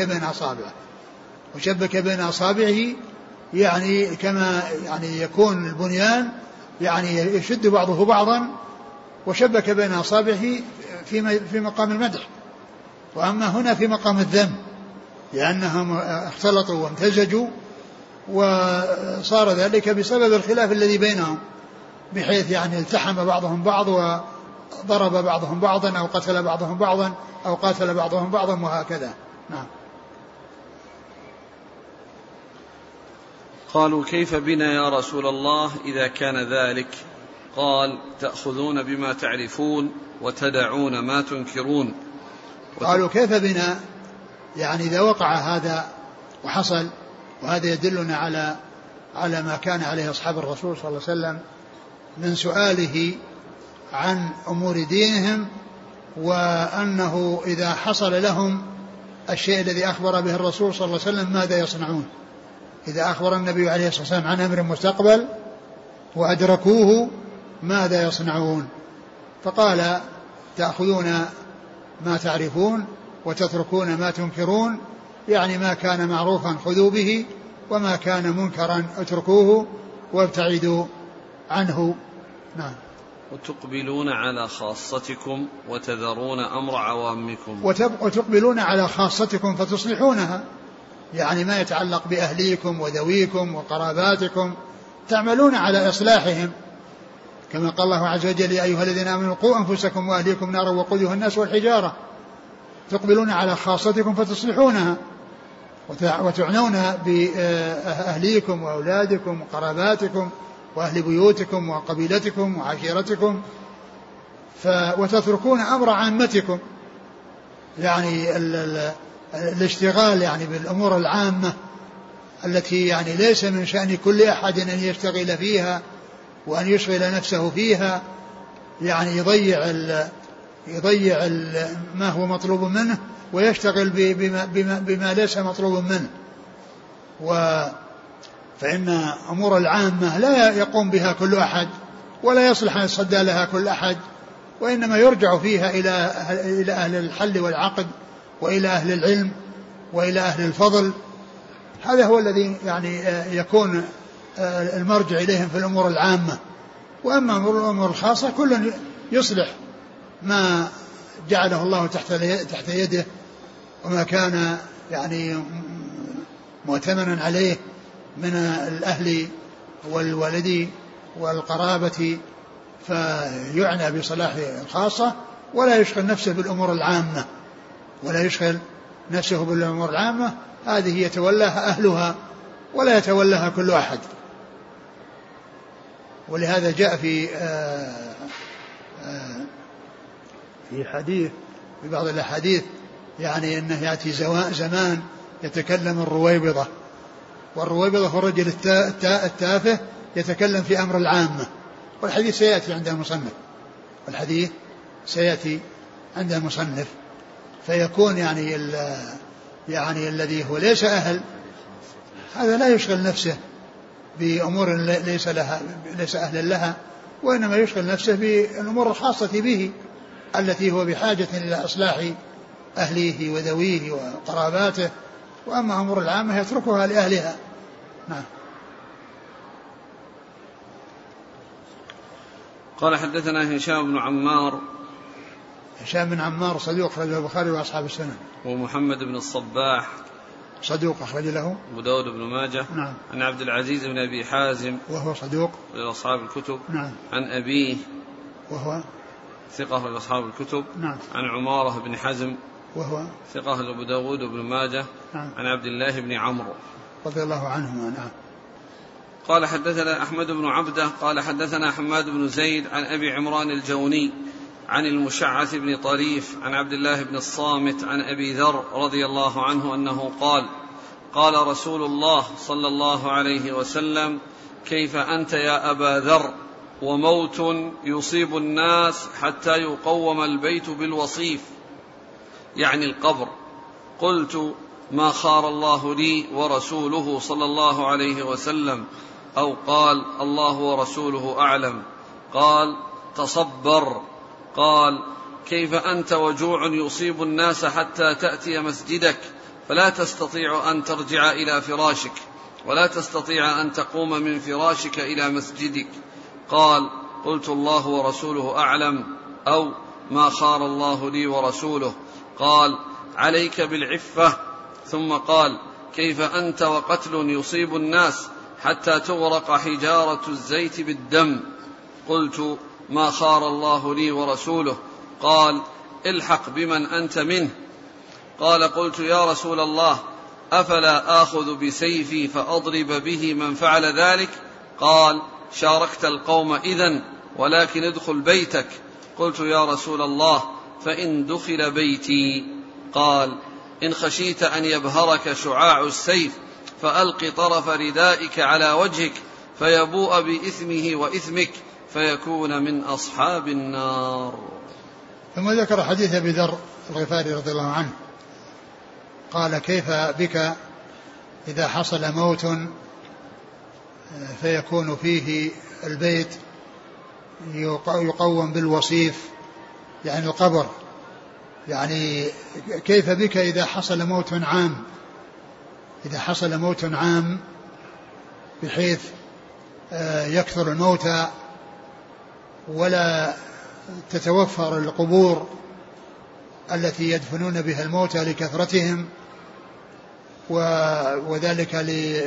وشبك بين أصابعه يعني كما يعني يكون البنيان يعني يشد بعضه بعضا، وشبك بين أصابعه في مقام المدح. وأما هنا في مقام الذم، لأنهم اختلطوا وامتزجوا، وصار ذلك بسبب الخلاف الذي بينهم، بحيث يعني التحم بعضهم بعض وضرب بعضهم بعضا أو قتل بعضهم بعضا أو قاتل بعضهم بعضا وهكذا. نعم. قالوا: كيف بنا يا رسول الله إذا كان ذلك؟ قال: تأخذون بما تعرفون وتدعون ما تنكرون. قالوا: كيف بنا، يعني إذا وقع هذا وحصل، وهذا يدلنا على ما كان عليه أصحاب الرسول صلى الله عليه وسلم من سؤاله عن أمور دينهم، وأنه إذا حصل لهم الشيء الذي أخبر به الرسول صلى الله عليه وسلم ماذا يصنعون. إذا أخبر النبي عليه الصلاة والسلام عن أمر مستقبل وأدركوه ماذا يصنعون؟ فقال تأخذون ما تعرفون وتتركون ما تنكرون، يعني ما كان معروفا خذوا به وما كان منكرا اتركوه وابتعدوا عنه. نعم. وتقبلون على خاصتكم وتذرون أمر عوامكم. وتقبلون على خاصتكم فتصلحونها، يعني ما يتعلق بأهليكم وذويكم وقراباتكم تعملون على إصلاحهم، كما قال الله عز وجل يا أيها الذين آمنوا قوا أنفسكم وأهليكم نارا وقودها الناس والحجارة. تقبلون على خاصتكم فتصلحونها وتعنون بأهليكم وأولادكم وقراباتكم وأهل بيوتكم وقبيلتكم وعشيرتكم، وتتركون أمر عامتكم، يعني الاشتغال يعني بالأمور العامة التي يعني ليس من شأن كل أحد أن يشتغل فيها وأن يشغل نفسه فيها، يعني يضيع ما هو مطلوب منه ويشتغل بما ليس مطلوب منه. فإن أمور العامة لا يقوم بها كل أحد ولا يصلح أن يصدى لها كل أحد، وإنما يرجع فيها إلى أهل الحل والعقد وإلى أهل العلم وإلى أهل الفضل. هذا هو الذي يعني يكون المرجع إليهم في الأمور العامة. وأما الأمور الخاصة كل يصلح ما جعله الله تحت يده وما كان يعني مؤتمنا عليه من الأهل والولد والقرابة، فيعنى بصلاح الخاصة ولا يشغل نفسه بالأمور العامة. هذه يتولاها أهلها ولا يتولاها كل أحد. ولهذا جاء في حديث في بعض الأحاديث يعني أنه يأتي زمان يتكلم الرويبضة، والرويبضة هو الرجل التافه يتكلم في أمر العامة. والحديث سيأتي عند المصنف فيكون يعني الذي هو ليس أهل هذا لا يشغل نفسه بأمور ليس أهلا لها، وإنما يشغل نفسه بالأمور الخاصة به التي هو بحاجة إلى إصلاح أهليه وذويه وقراباته، وأما أمور العامة يتركها لأهلها. نعم. قال حدثنا هشام بن عمار صدوق أخرج له البخاري وأصحاب السنن. ومحمد بن الصباح صدوق أخرج له أبو داود بن ماجه. نعم. عن عبد العزيز بن أبي حازم وهو صدوق لأصحاب الكتب. نعم. عن أبيه وهو ثقة لأصحاب الكتب. نعم. عن عمارة بن حزم وهو ثقة لأبو داود بن ماجه. نعم. عن عبد الله بن عمرو رضي الله عنهما. نعم. قال حدثنا أحمد بن عبده قال حدثنا حماد بن زيد عن أبي عمران الجوني عن المشعث بن طريف عن عبد الله بن الصامت عن أبي ذر رضي الله عنه أنه قال قال رسول الله صلى الله عليه وسلم كيف أنت يا أبا ذر وموت يصيب الناس حتى يقوم البيت بالوصيف، يعني القبر. قلت ما خار الله لي ورسوله صلى الله عليه وسلم، أو قال الله ورسوله أعلم. قال تصبر. قال كيف أنت وجوع يصيب الناس حتى تأتي مسجدك فلا تستطيع أن ترجع إلى فراشك ولا تستطيع أن تقوم من فراشك إلى مسجدك. قال قلت الله ورسوله أعلم، أو ما خار الله لي ورسوله. قال عليك بالعفة. ثم قال كيف أنت وقتل يصيب الناس حتى تغرق حجارة الزيت بالدم. قلت ما خار الله لي ورسوله. قال الحق بمن أنت منه. قال قلت يا رسول الله أفلا آخذ بسيفي فأضرب به من فعل ذلك؟ قال شاركت القوم إذن، ولكن ادخل بيتك. قلت يا رسول الله فإن دخل بيتي؟ قال إن خشيت أن يبهرك شعاع السيف فألق طرف ردائك على وجهك فيبوء بإثمه وإثمك فيكون من أصحاب النار. ثم ذكر حديث أبي ذر الغفاري رضي الله عنه قال كيف بك إذا حصل موت فيكون فيه البيت يقوم بالوصيف يعني القبر، يعني كيف بك إذا حصل موت عام، إذا حصل موت عام بحيث يكثر الموتى ولا تتوفر القبور التي يدفنون بها الموتى لكثرتهم، وذلك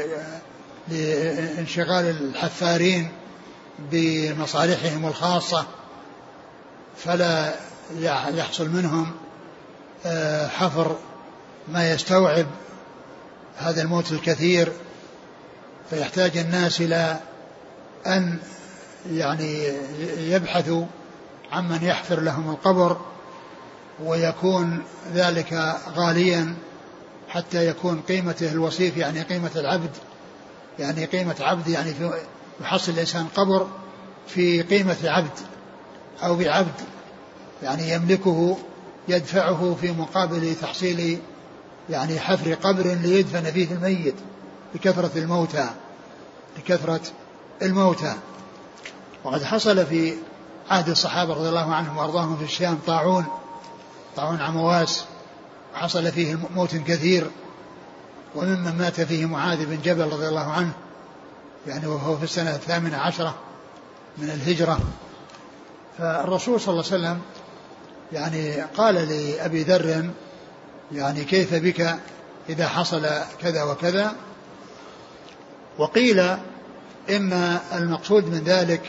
لانشغال الحفارين بمصالحهم الخاصة، فلا يحصل منهم حفر ما يستوعب هذا الموت الكثير، فيحتاج الناس إلى أن يعني يبحثوا عمن يحفر لهم القبر، ويكون ذلك غاليا حتى يكون قيمته الوصيف يعني قيمة العبد، يعني قيمة عبد، يعني يحصل الإنسان قبر في قيمة عبد أو بعبد يعني يملكه يدفعه في مقابل تحصيل يعني حفر قبر ليدفن فيه الميت لكثرة الموتى. وقد حصل في عهد الصحابة رضي الله عنهم وأرضاهم في الشام طاعون عمواس، حصل فيه موت كثير، وممن مات فيه معاذ بن جبل رضي الله عنه يعني وهو في السنة 18 من الهجرة. فالرسول صلى الله عليه وسلم يعني قال لأبي ذر يعني كيف بك إذا حصل كذا وكذا، وقيل إن المقصود من ذلك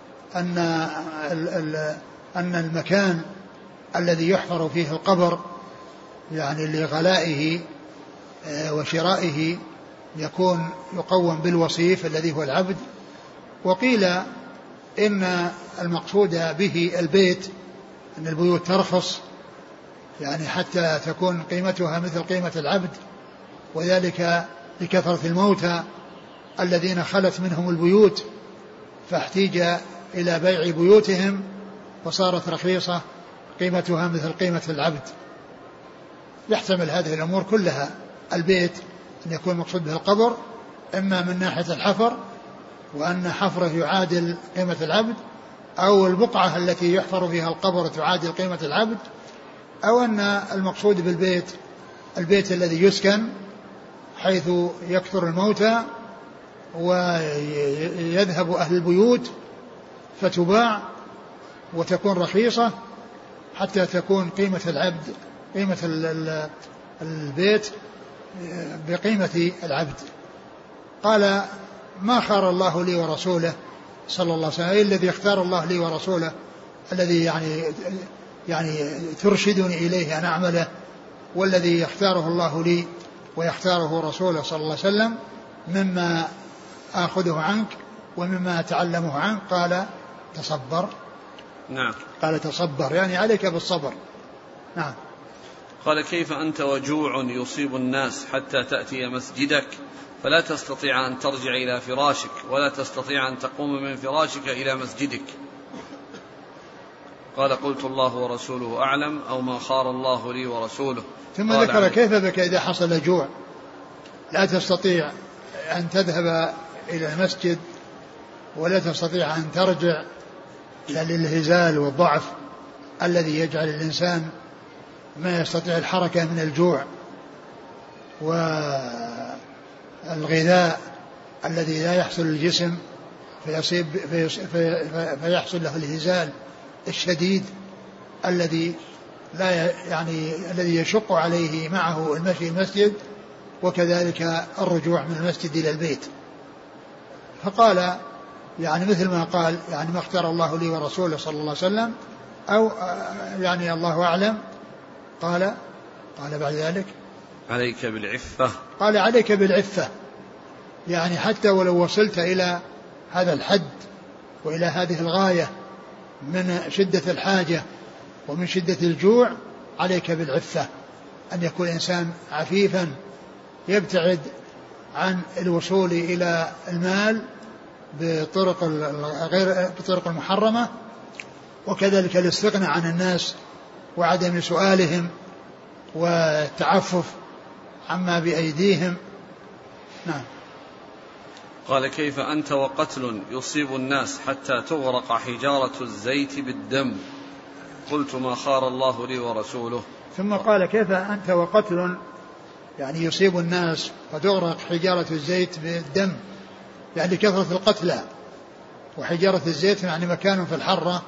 أن المكان الذي يحفر فيه القبر يعني لغلائه وشرائه يكون يقوم بالوصيف الذي هو العبد. وقيل إن المقصود به البيت، أن البيوت ترخص يعني حتى تكون قيمتها مثل قيمة العبد، وذلك لكثرة الموتى الذين خلت منهم البيوت فاحتيج إلى بيع بيوتهم وصارت رخيصة قيمتها مثل قيمة العبد. يحتمل هذه الأمور كلها، البيت أن يكون مقصود به القبر إما من ناحية الحفر وأن حفره يعادل قيمة العبد، أو البقعة التي يحفر فيها القبر تعادل قيمة العبد، أو أن المقصود بالبيت البيت الذي يسكن حيث يكثر الموتى ويذهب أهل البيوت فتباع وتكون رخيصة حتى تكون قيمة العبد قيمة البيت بقيمة العبد. قال ما خار الله لي ورسوله صلى الله عليه وسلم، أي الذي اختار الله لي ورسوله، الذي يعني ترشدني إليه أن أعمله، والذي يختاره الله لي ويختاره رسوله صلى الله عليه وسلم مما آخذه عنك ومما أتعلمه عنك. قال تصبر. نعم. قال تصبر يعني عليك بالصبر. نعم. قال كيف أنت وجوع يصيب الناس حتى تأتي مسجدك فلا تستطيع أن ترجع إلى فراشك ولا تستطيع أن تقوم من فراشك إلى مسجدك؟ قال قلت الله ورسوله أعلم أو ما خار الله لي ورسوله. ثم ذكر كيف بك إذا حصل جوع لا تستطيع أن تذهب إلى المسجد ولا تستطيع أن ترجع للهزال والضعف الذي يجعل الإنسان ما يستطيع الحركة من الجوع والغذاء الذي لا يحصل الجسم فيحصل له الهزال الشديد الذي لا يعني الذي يشق عليه معه المشي المسجد وكذلك الرجوع من المسجد إلى البيت. فقال يعني مثل ما قال يعني ما اختار الله لي ورسوله صلى الله عليه وسلم أو يعني الله أعلم. قال بعد ذلك عليك بالعفة. قال عليك بالعفة يعني حتى ولو وصلت إلى هذا الحد وإلى هذه الغاية من شدة الحاجة ومن شدة الجوع عليك بالعفة، أن يكون إنسان عفيفا يبتعد عن الوصول إلى المال بطرق المحرمة، وكذلك الاستغناء عن الناس وعدم سؤالهم والتعفف عما بأيديهم. نعم. قال كيف أنت وقتل يصيب الناس حتى تغرق حجارة الزيت بالدم؟ قلت ما خار الله لي ورسوله. ثم قال كيف أنت وقتل يعني يصيب الناس فتغرق حجارة الزيت بالدم، يعني كثرة القتلى، وحجارة الزيت يعني مكان في الحرة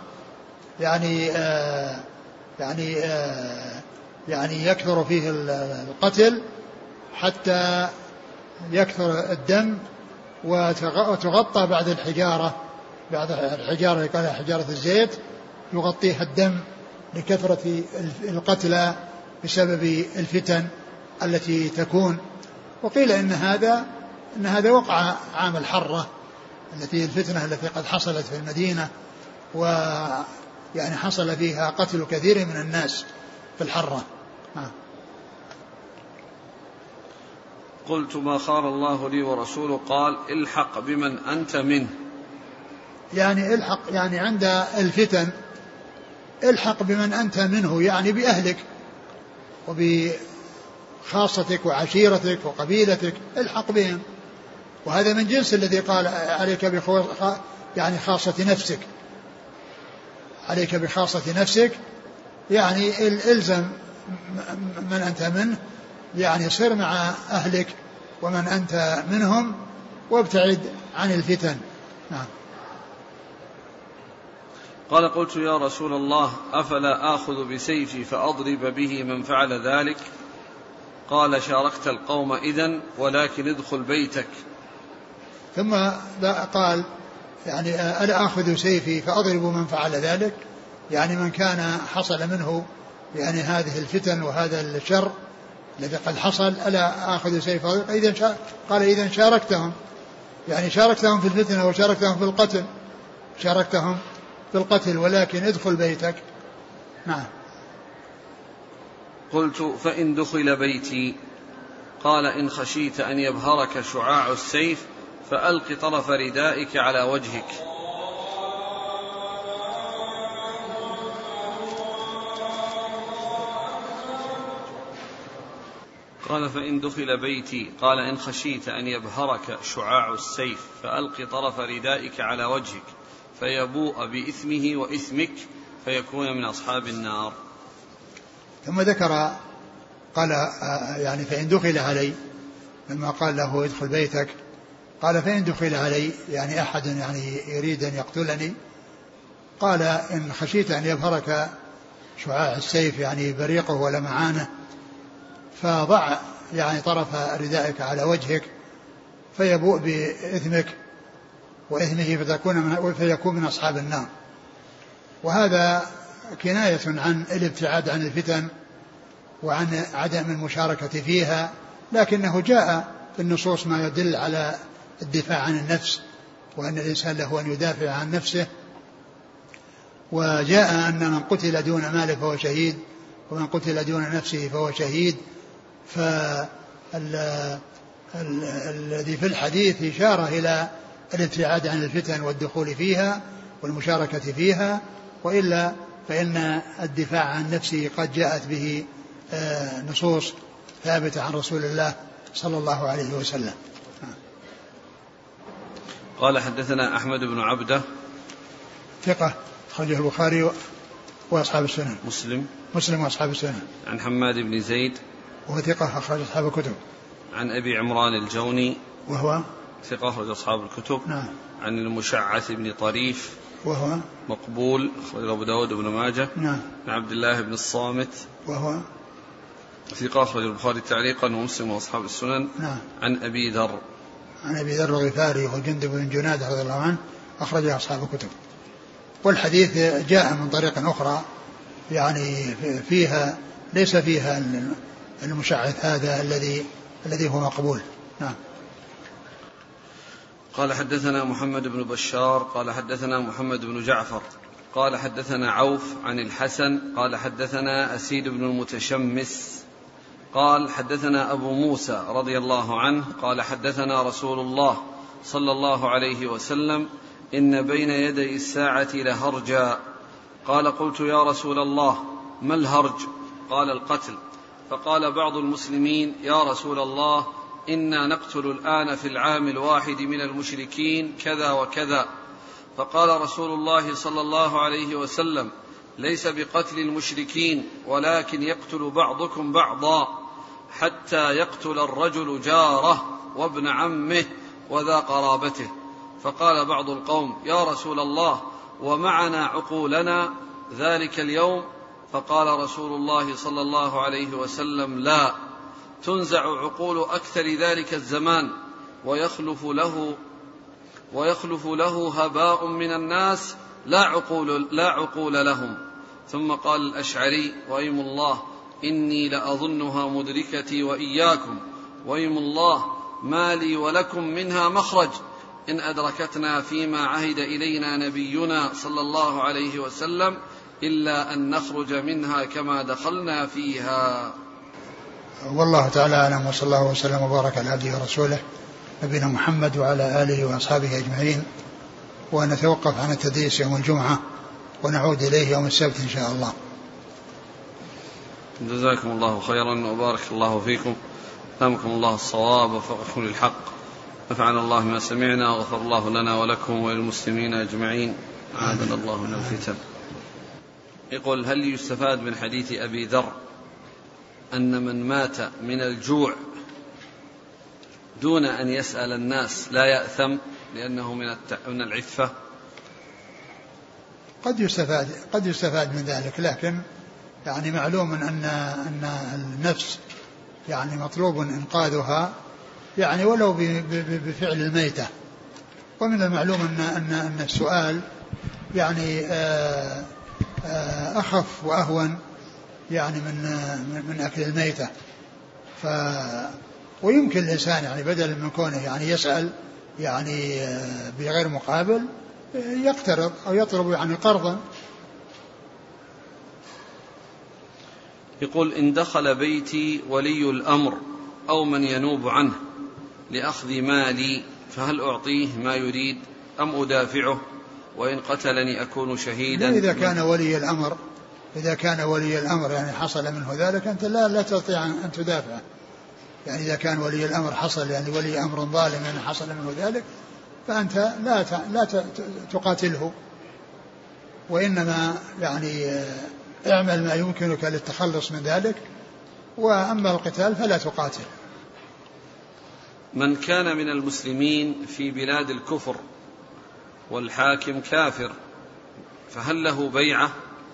يعني يكثر فيه القتل حتى يكثر الدم وتغطى بعد الحجارة قال حجارة الزيت يغطيها الدم لكثرة القتلى بسبب الفتن التي تكون. وقيل إن هذا وقع عام الحرة التي الفتنة التي قد حصلت في المدينة، ويعني حصل فيها قتل كثير من الناس في الحرة. قلت ما خار الله لي ورسوله. قال الحق بمن أنت منه، يعني الحق يعني عند الفتن الحق بمن أنت منه، يعني بأهلك وبخاصتك وعشيرتك وقبيلتك، الحق بهم. وهذا من جنس الذي قال عليك يعني خاصة نفسك، عليك بخاصة نفسك، يعني الزم من أنت منه، يعني صر مع أهلك ومن أنت منهم وابتعد عن الفتن. نعم. قال قلت يا رسول الله أفلا آخذ بسيفي فأضرب به من فعل ذلك؟ قال شاركت القوم إذن ولكن ادخل بيتك. ثم قال يعني ألا آخذ سيفي فأضرب من فعل ذلك، يعني من كان حصل منه يعني هذه الفتن وهذا الشر الذي قد حصل، ألا آخذ سيفي قال إذن شاركتهم، يعني شاركتهم في الفتنة وشاركتهم في القتل، شاركتهم في القتل ولكن ادخل بيتك. نعم. قلت فإن دخل بيتي؟ قال إن خشيت أن يبهرك شعاع السيف فألق طرف ردائك على وجهك. قال فإن دخل بيتي؟ قال إن خشيت أن يبهرك شعاع السيف فألق طرف ردائك على وجهك فيبوء بإثمه وإثمك فيكون من أصحاب النار. ثم ذكر قال يعني فإن دخل علي، لما قال له ادخل بيتك قال فإن دخل علي يعني أحد يعني يريد أن يقتلني، قال إن خشيت أن يبهرك شعاع السيف يعني بريقه ولمعانه فضع يعني طرف ردائك على وجهك فيبوء بإثمك وإثمه فيكون من أصحاب النار. وهذا كناية عن الابتعاد عن الفتن وعن عدم المشاركة فيها، لكنه جاء في النصوص ما يدل على الدفاع عن النفس وأن الإنسان له أن يدافع عن نفسه، وجاء أن من قتل دون ماله فهو شهيد ومن قتل دون نفسه فهو شهيد. فالذي في الحديث إشارة إلى الابتعاد عن الفتن والدخول فيها والمشاركة فيها، وإلا فإن الدفاع عن نفسه قد جاءت به نصوص ثابتة عن رسول الله صلى الله عليه وسلم. قال حدثنا أحمد بن عبده ثقة أخرجه البخاري وأصحاب السنن. مسلم وأصحاب السنن. عن حماد بن زيد وهو ثقة أخرج أصحاب الكتب. عن أبي عمران الجوني وهو ثقة أخرج أصحاب الكتب. نعم. عن المشعث بن طريف وهو مقبول أخرج أبو داود بن ماجه. نعم. عن عبد الله بن الصامت وهو ثقة أخرج البخاري تعليقا ومسلم وأصحاب السنن. نعم. عن أبي ذر الغفاري وجندب بن جنادة رضي الله عنه أخرج أصحاب الكتب. والحديث جاء من طريق أخرى يعني فيها ليس فيها المشعث هذا الذي هو مقبول. نعم. قال حدثنا محمد بن بشار قال حدثنا محمد بن جعفر قال حدثنا عوف عن الحسن قال حدثنا أسيد بن المتشمس قال حدثنا أبو موسى رضي الله عنه قال حدثنا رسول الله صلى الله عليه وسلم إن بين يدي الساعة لهرجا. قال قلت يا رسول الله ما الهرج؟ قال القتل. فقال بعض المسلمين: يا رسول الله، إنا نقتل الآن في العام الواحد من المشركين كذا وكذا. فقال رسول الله صلى الله عليه وسلم: ليس بقتل المشركين، ولكن يقتل بعضكم بعضا حتى يقتل الرجل جاره وابن عمه وذا قرابته. فقال بعض القوم: يا رسول الله، ومعنا عقولنا ذلك اليوم؟ فقال رسول الله صلى الله عليه وسلم: لا، تنزع عقول أكثر ذلك الزمان ويخلف له هباء من الناس لا عقول لهم. ثم قال الأشعري: وأيم الله إني لأظنها مدركتي وإياكم، وأيم الله ما لي ولكم منها مخرج إن أدركتنا فيما عهد إلينا نبينا صلى الله عليه وسلم إلا أن نخرج منها كما دخلنا فيها. والله تعالى أعلم، وصلى الله وسلم وبارك على عبده ورسوله نبينا محمد وعلى آله وأصحابه أجمعين. ونتوقف عن التدريس يوم الجمعة ونعود إليه يوم السبت إن شاء الله. جزاكم الله خيرا وبارك الله فيكم، ألهمكم الله الصواب ووفقكم للحق، نفعنا الله ما سمعنا وغفر الله لنا ولكم وللمسلمين أجمعين، أعاذنا الله من الفتن. يقول: هل يستفاد من حديث أبي ذر أن من مات من الجوع دون أن يسأل الناس لا يأثم لأنه من العفة؟ قد يستفاد من ذلك، لكن يعني معلوم أن النفس يعني مطلوب إنقاذها يعني ولو بفعل الميتة. ومن المعلوم أن السؤال يعني أخف وأهون يعني من أكل الميتة. ويمكن الإنسان يعني بدل من كونه يعني يسأل يعني بغير مقابل يقترض أو يطلب يعني قرضا. يقول: إن دخل بيتي ولي الأمر أو من ينوب عنه لأخذ مالي فهل أعطيه ما يريد أم أدافعه؟ وإن قتلني أكون شهيدا؟ إذا كان ولي الأمر يعني حصل منه ذلك أنت لا تستطيع أن تدافع. يعني إذا كان ولي الأمر حصل يعني ولي أمر ظالم يعني حصل منه ذلك فأنت لا تقاتله، وإنما يعني اعمل ما يمكنك للتخلص من ذلك، وأما القتال فلا تقاتل. من كان من المسلمين في بلاد الكفر والحاكم كافر فهل له بيعة؟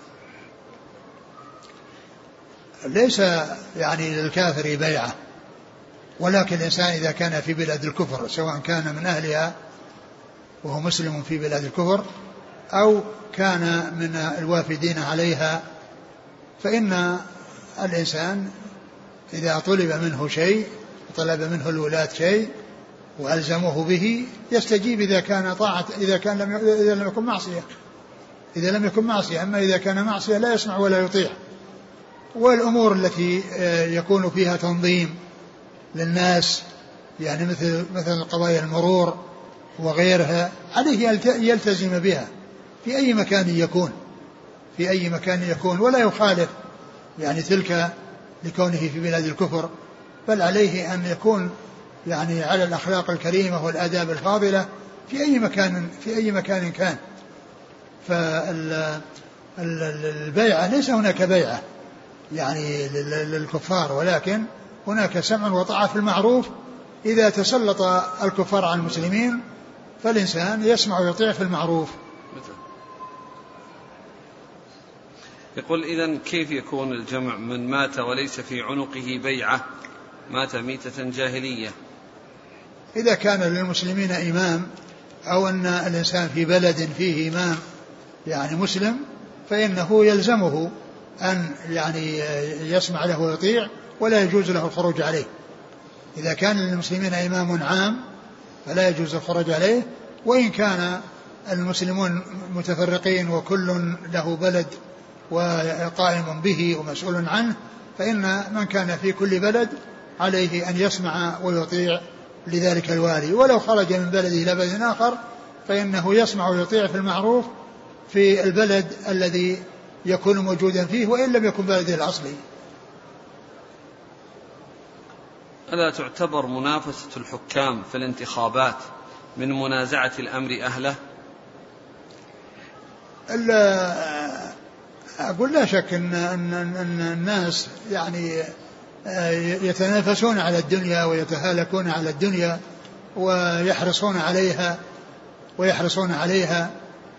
ليس يعني للكافر بيعة، ولكن الإنسان إذا كان في بلاد الكفر سواء كان من أهلها وهو مسلم في بلاد الكفر أو كان من الوافدين عليها، فإن الإنسان إذا طلب منه شيء، طلب منه الولاة شيء وألزموه به يستجيب إذا كان طاعة، إذا لم يكن معصية. أما إذا كان معصية لا يسمع ولا يطيع. والأمور التي يكون فيها تنظيم للناس يعني مثل قضايا المرور وغيرها عليه يلتزم بها في أي مكان يكون ولا يخالف يعني تلك لكونه في بلاد الكفر، بل عليه أن يكون يعني على الأخلاق الكريمة والآداب الفاضلة في أي مكان كان. فالبيعة ليس هناك بيعة يعني للكفار، ولكن هناك سمع وطاعة في المعروف. إذا تسلط الكفار على المسلمين فالإنسان يسمع ويطيع في المعروف. يقول: إذن كيف يكون الجمع من مات وليس في عنقه بيعة، مات ميتة جاهلية؟ إذا كان للمسلمين إمام أو أن الإنسان في بلد فيه إمام يعني مسلم فإنه يلزمه أن يعني يسمع له ويطيع ولا يجوز له الخروج عليه. إذا كان للمسلمين إمام عام فلا يجوز الخروج عليه، وإن كان المسلمون متفرقين وكل له بلد وقائم به ومسؤول عنه، فإن من كان في كل بلد عليه أن يسمع ويطيع لذلك الوالي، ولو خرج من بلده إلى بلد آخر فإنه يسمع ويطيع في المعروف في البلد الذي يكون موجودا فيه وإن لم يكن بلده الأصلي. ألا تعتبر منافسة الحكام في الانتخابات من منازعة الأمر أهله؟ أقول لا شك أن الناس يعني يتنافسون على الدنيا ويتهالكون على الدنيا ويحرصون عليها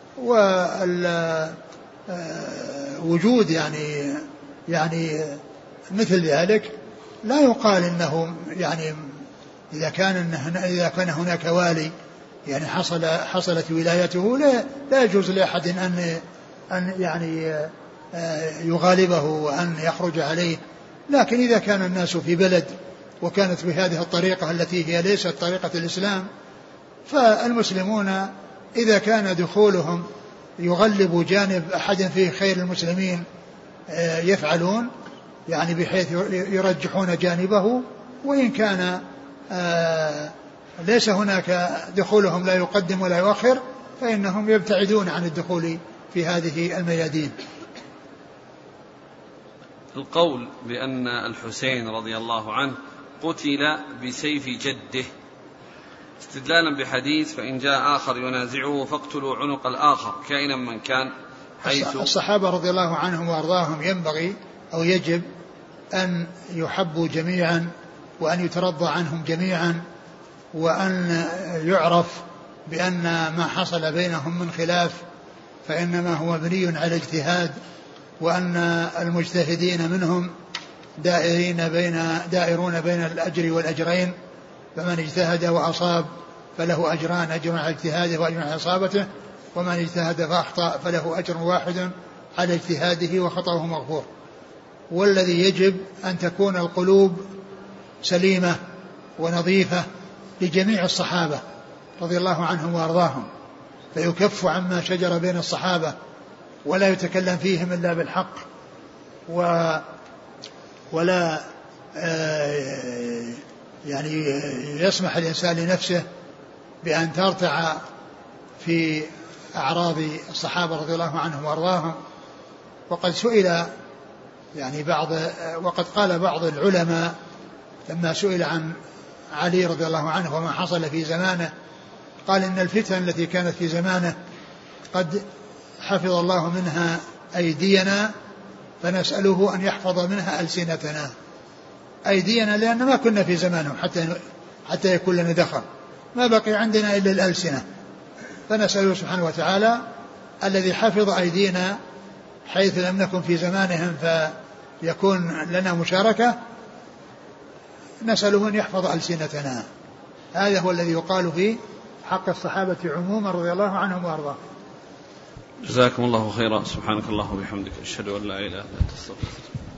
ووجود يعني مثل ذلك لا يقال انه يعني اذا كان هناك والي يعني حصلت ولايته لا يجوز لاحد ان يعني يغالبه وان يخرج عليه. لكن اذا كان الناس في بلد وكانت بهذه الطريقة التي هي ليست طريقة الإسلام، فالمسلمون إذا كان دخولهم يغلب جانب أحد فيه خير المسلمين يفعلون يعني بحيث يرجحون جانبه، وإن كان ليس هناك دخولهم لا يقدم ولا يؤخر فإنهم يبتعدون عن الدخول في هذه الميادين. القول بأن الحسين رضي الله عنه قتل بسيف جده استدلالا بحديث فإن جاء آخر ينازعه فاقتلوا عنق الآخر كائنا من كان، حيث الصحابة رضي الله عنهم وأرضاهم ينبغي أو يجب أن يحبوا جميعا وأن يترضى عنهم جميعا، وأن يعرف بأن ما حصل بينهم من خلاف فإنما هو مبني على اجتهاد، وأن المجتهدين منهم دائرون بين الأجر والأجرين، فمن اجتهد وأصاب فله أجران، أجر على اجتهاده وأجر على إصابته، ومن اجتهد فأخطأ فله أجر واحد على اجتهاده وخطأه مغفور. والذي يجب أن تكون القلوب سليمة ونظيفة لجميع الصحابة رضي الله عنهم وأرضاهم، فيكف عما شجر بين الصحابة ولا يتكلم فيهم إلا بالحق، ولا يعني يسمح الإنسان لنفسه بأن ترتع في أعراض الصحابة رضي الله عنهم وأرضاهم. وقد سئل يعني وقد قال بعض العلماء لما سئل عن علي رضي الله عنه وما حصل في زمانه، قال إن الفتن التي كانت في زمانه قد حفظ الله منها أيدينا فنسأله أن يحفظ منها ألسنتنا. أيدينا لأن ما كنا في زمانهم حتى يكون لنا دخل، ما بقي عندنا إلا الألسنة، فنسأله سبحانه وتعالى الذي حفظ أيدينا حيث لم نكن في زمانهم فيكون لنا مشاركة، نسأله أن يحفظ ألسنتنا. هذا هو الذي يقال في حق الصحابة عموما رضي الله عنهم وأرضاهم. جزاكم الله خيرا. سبحانك الله وبحمدك أشهد أن لا إله إلا أنت أستغفرك.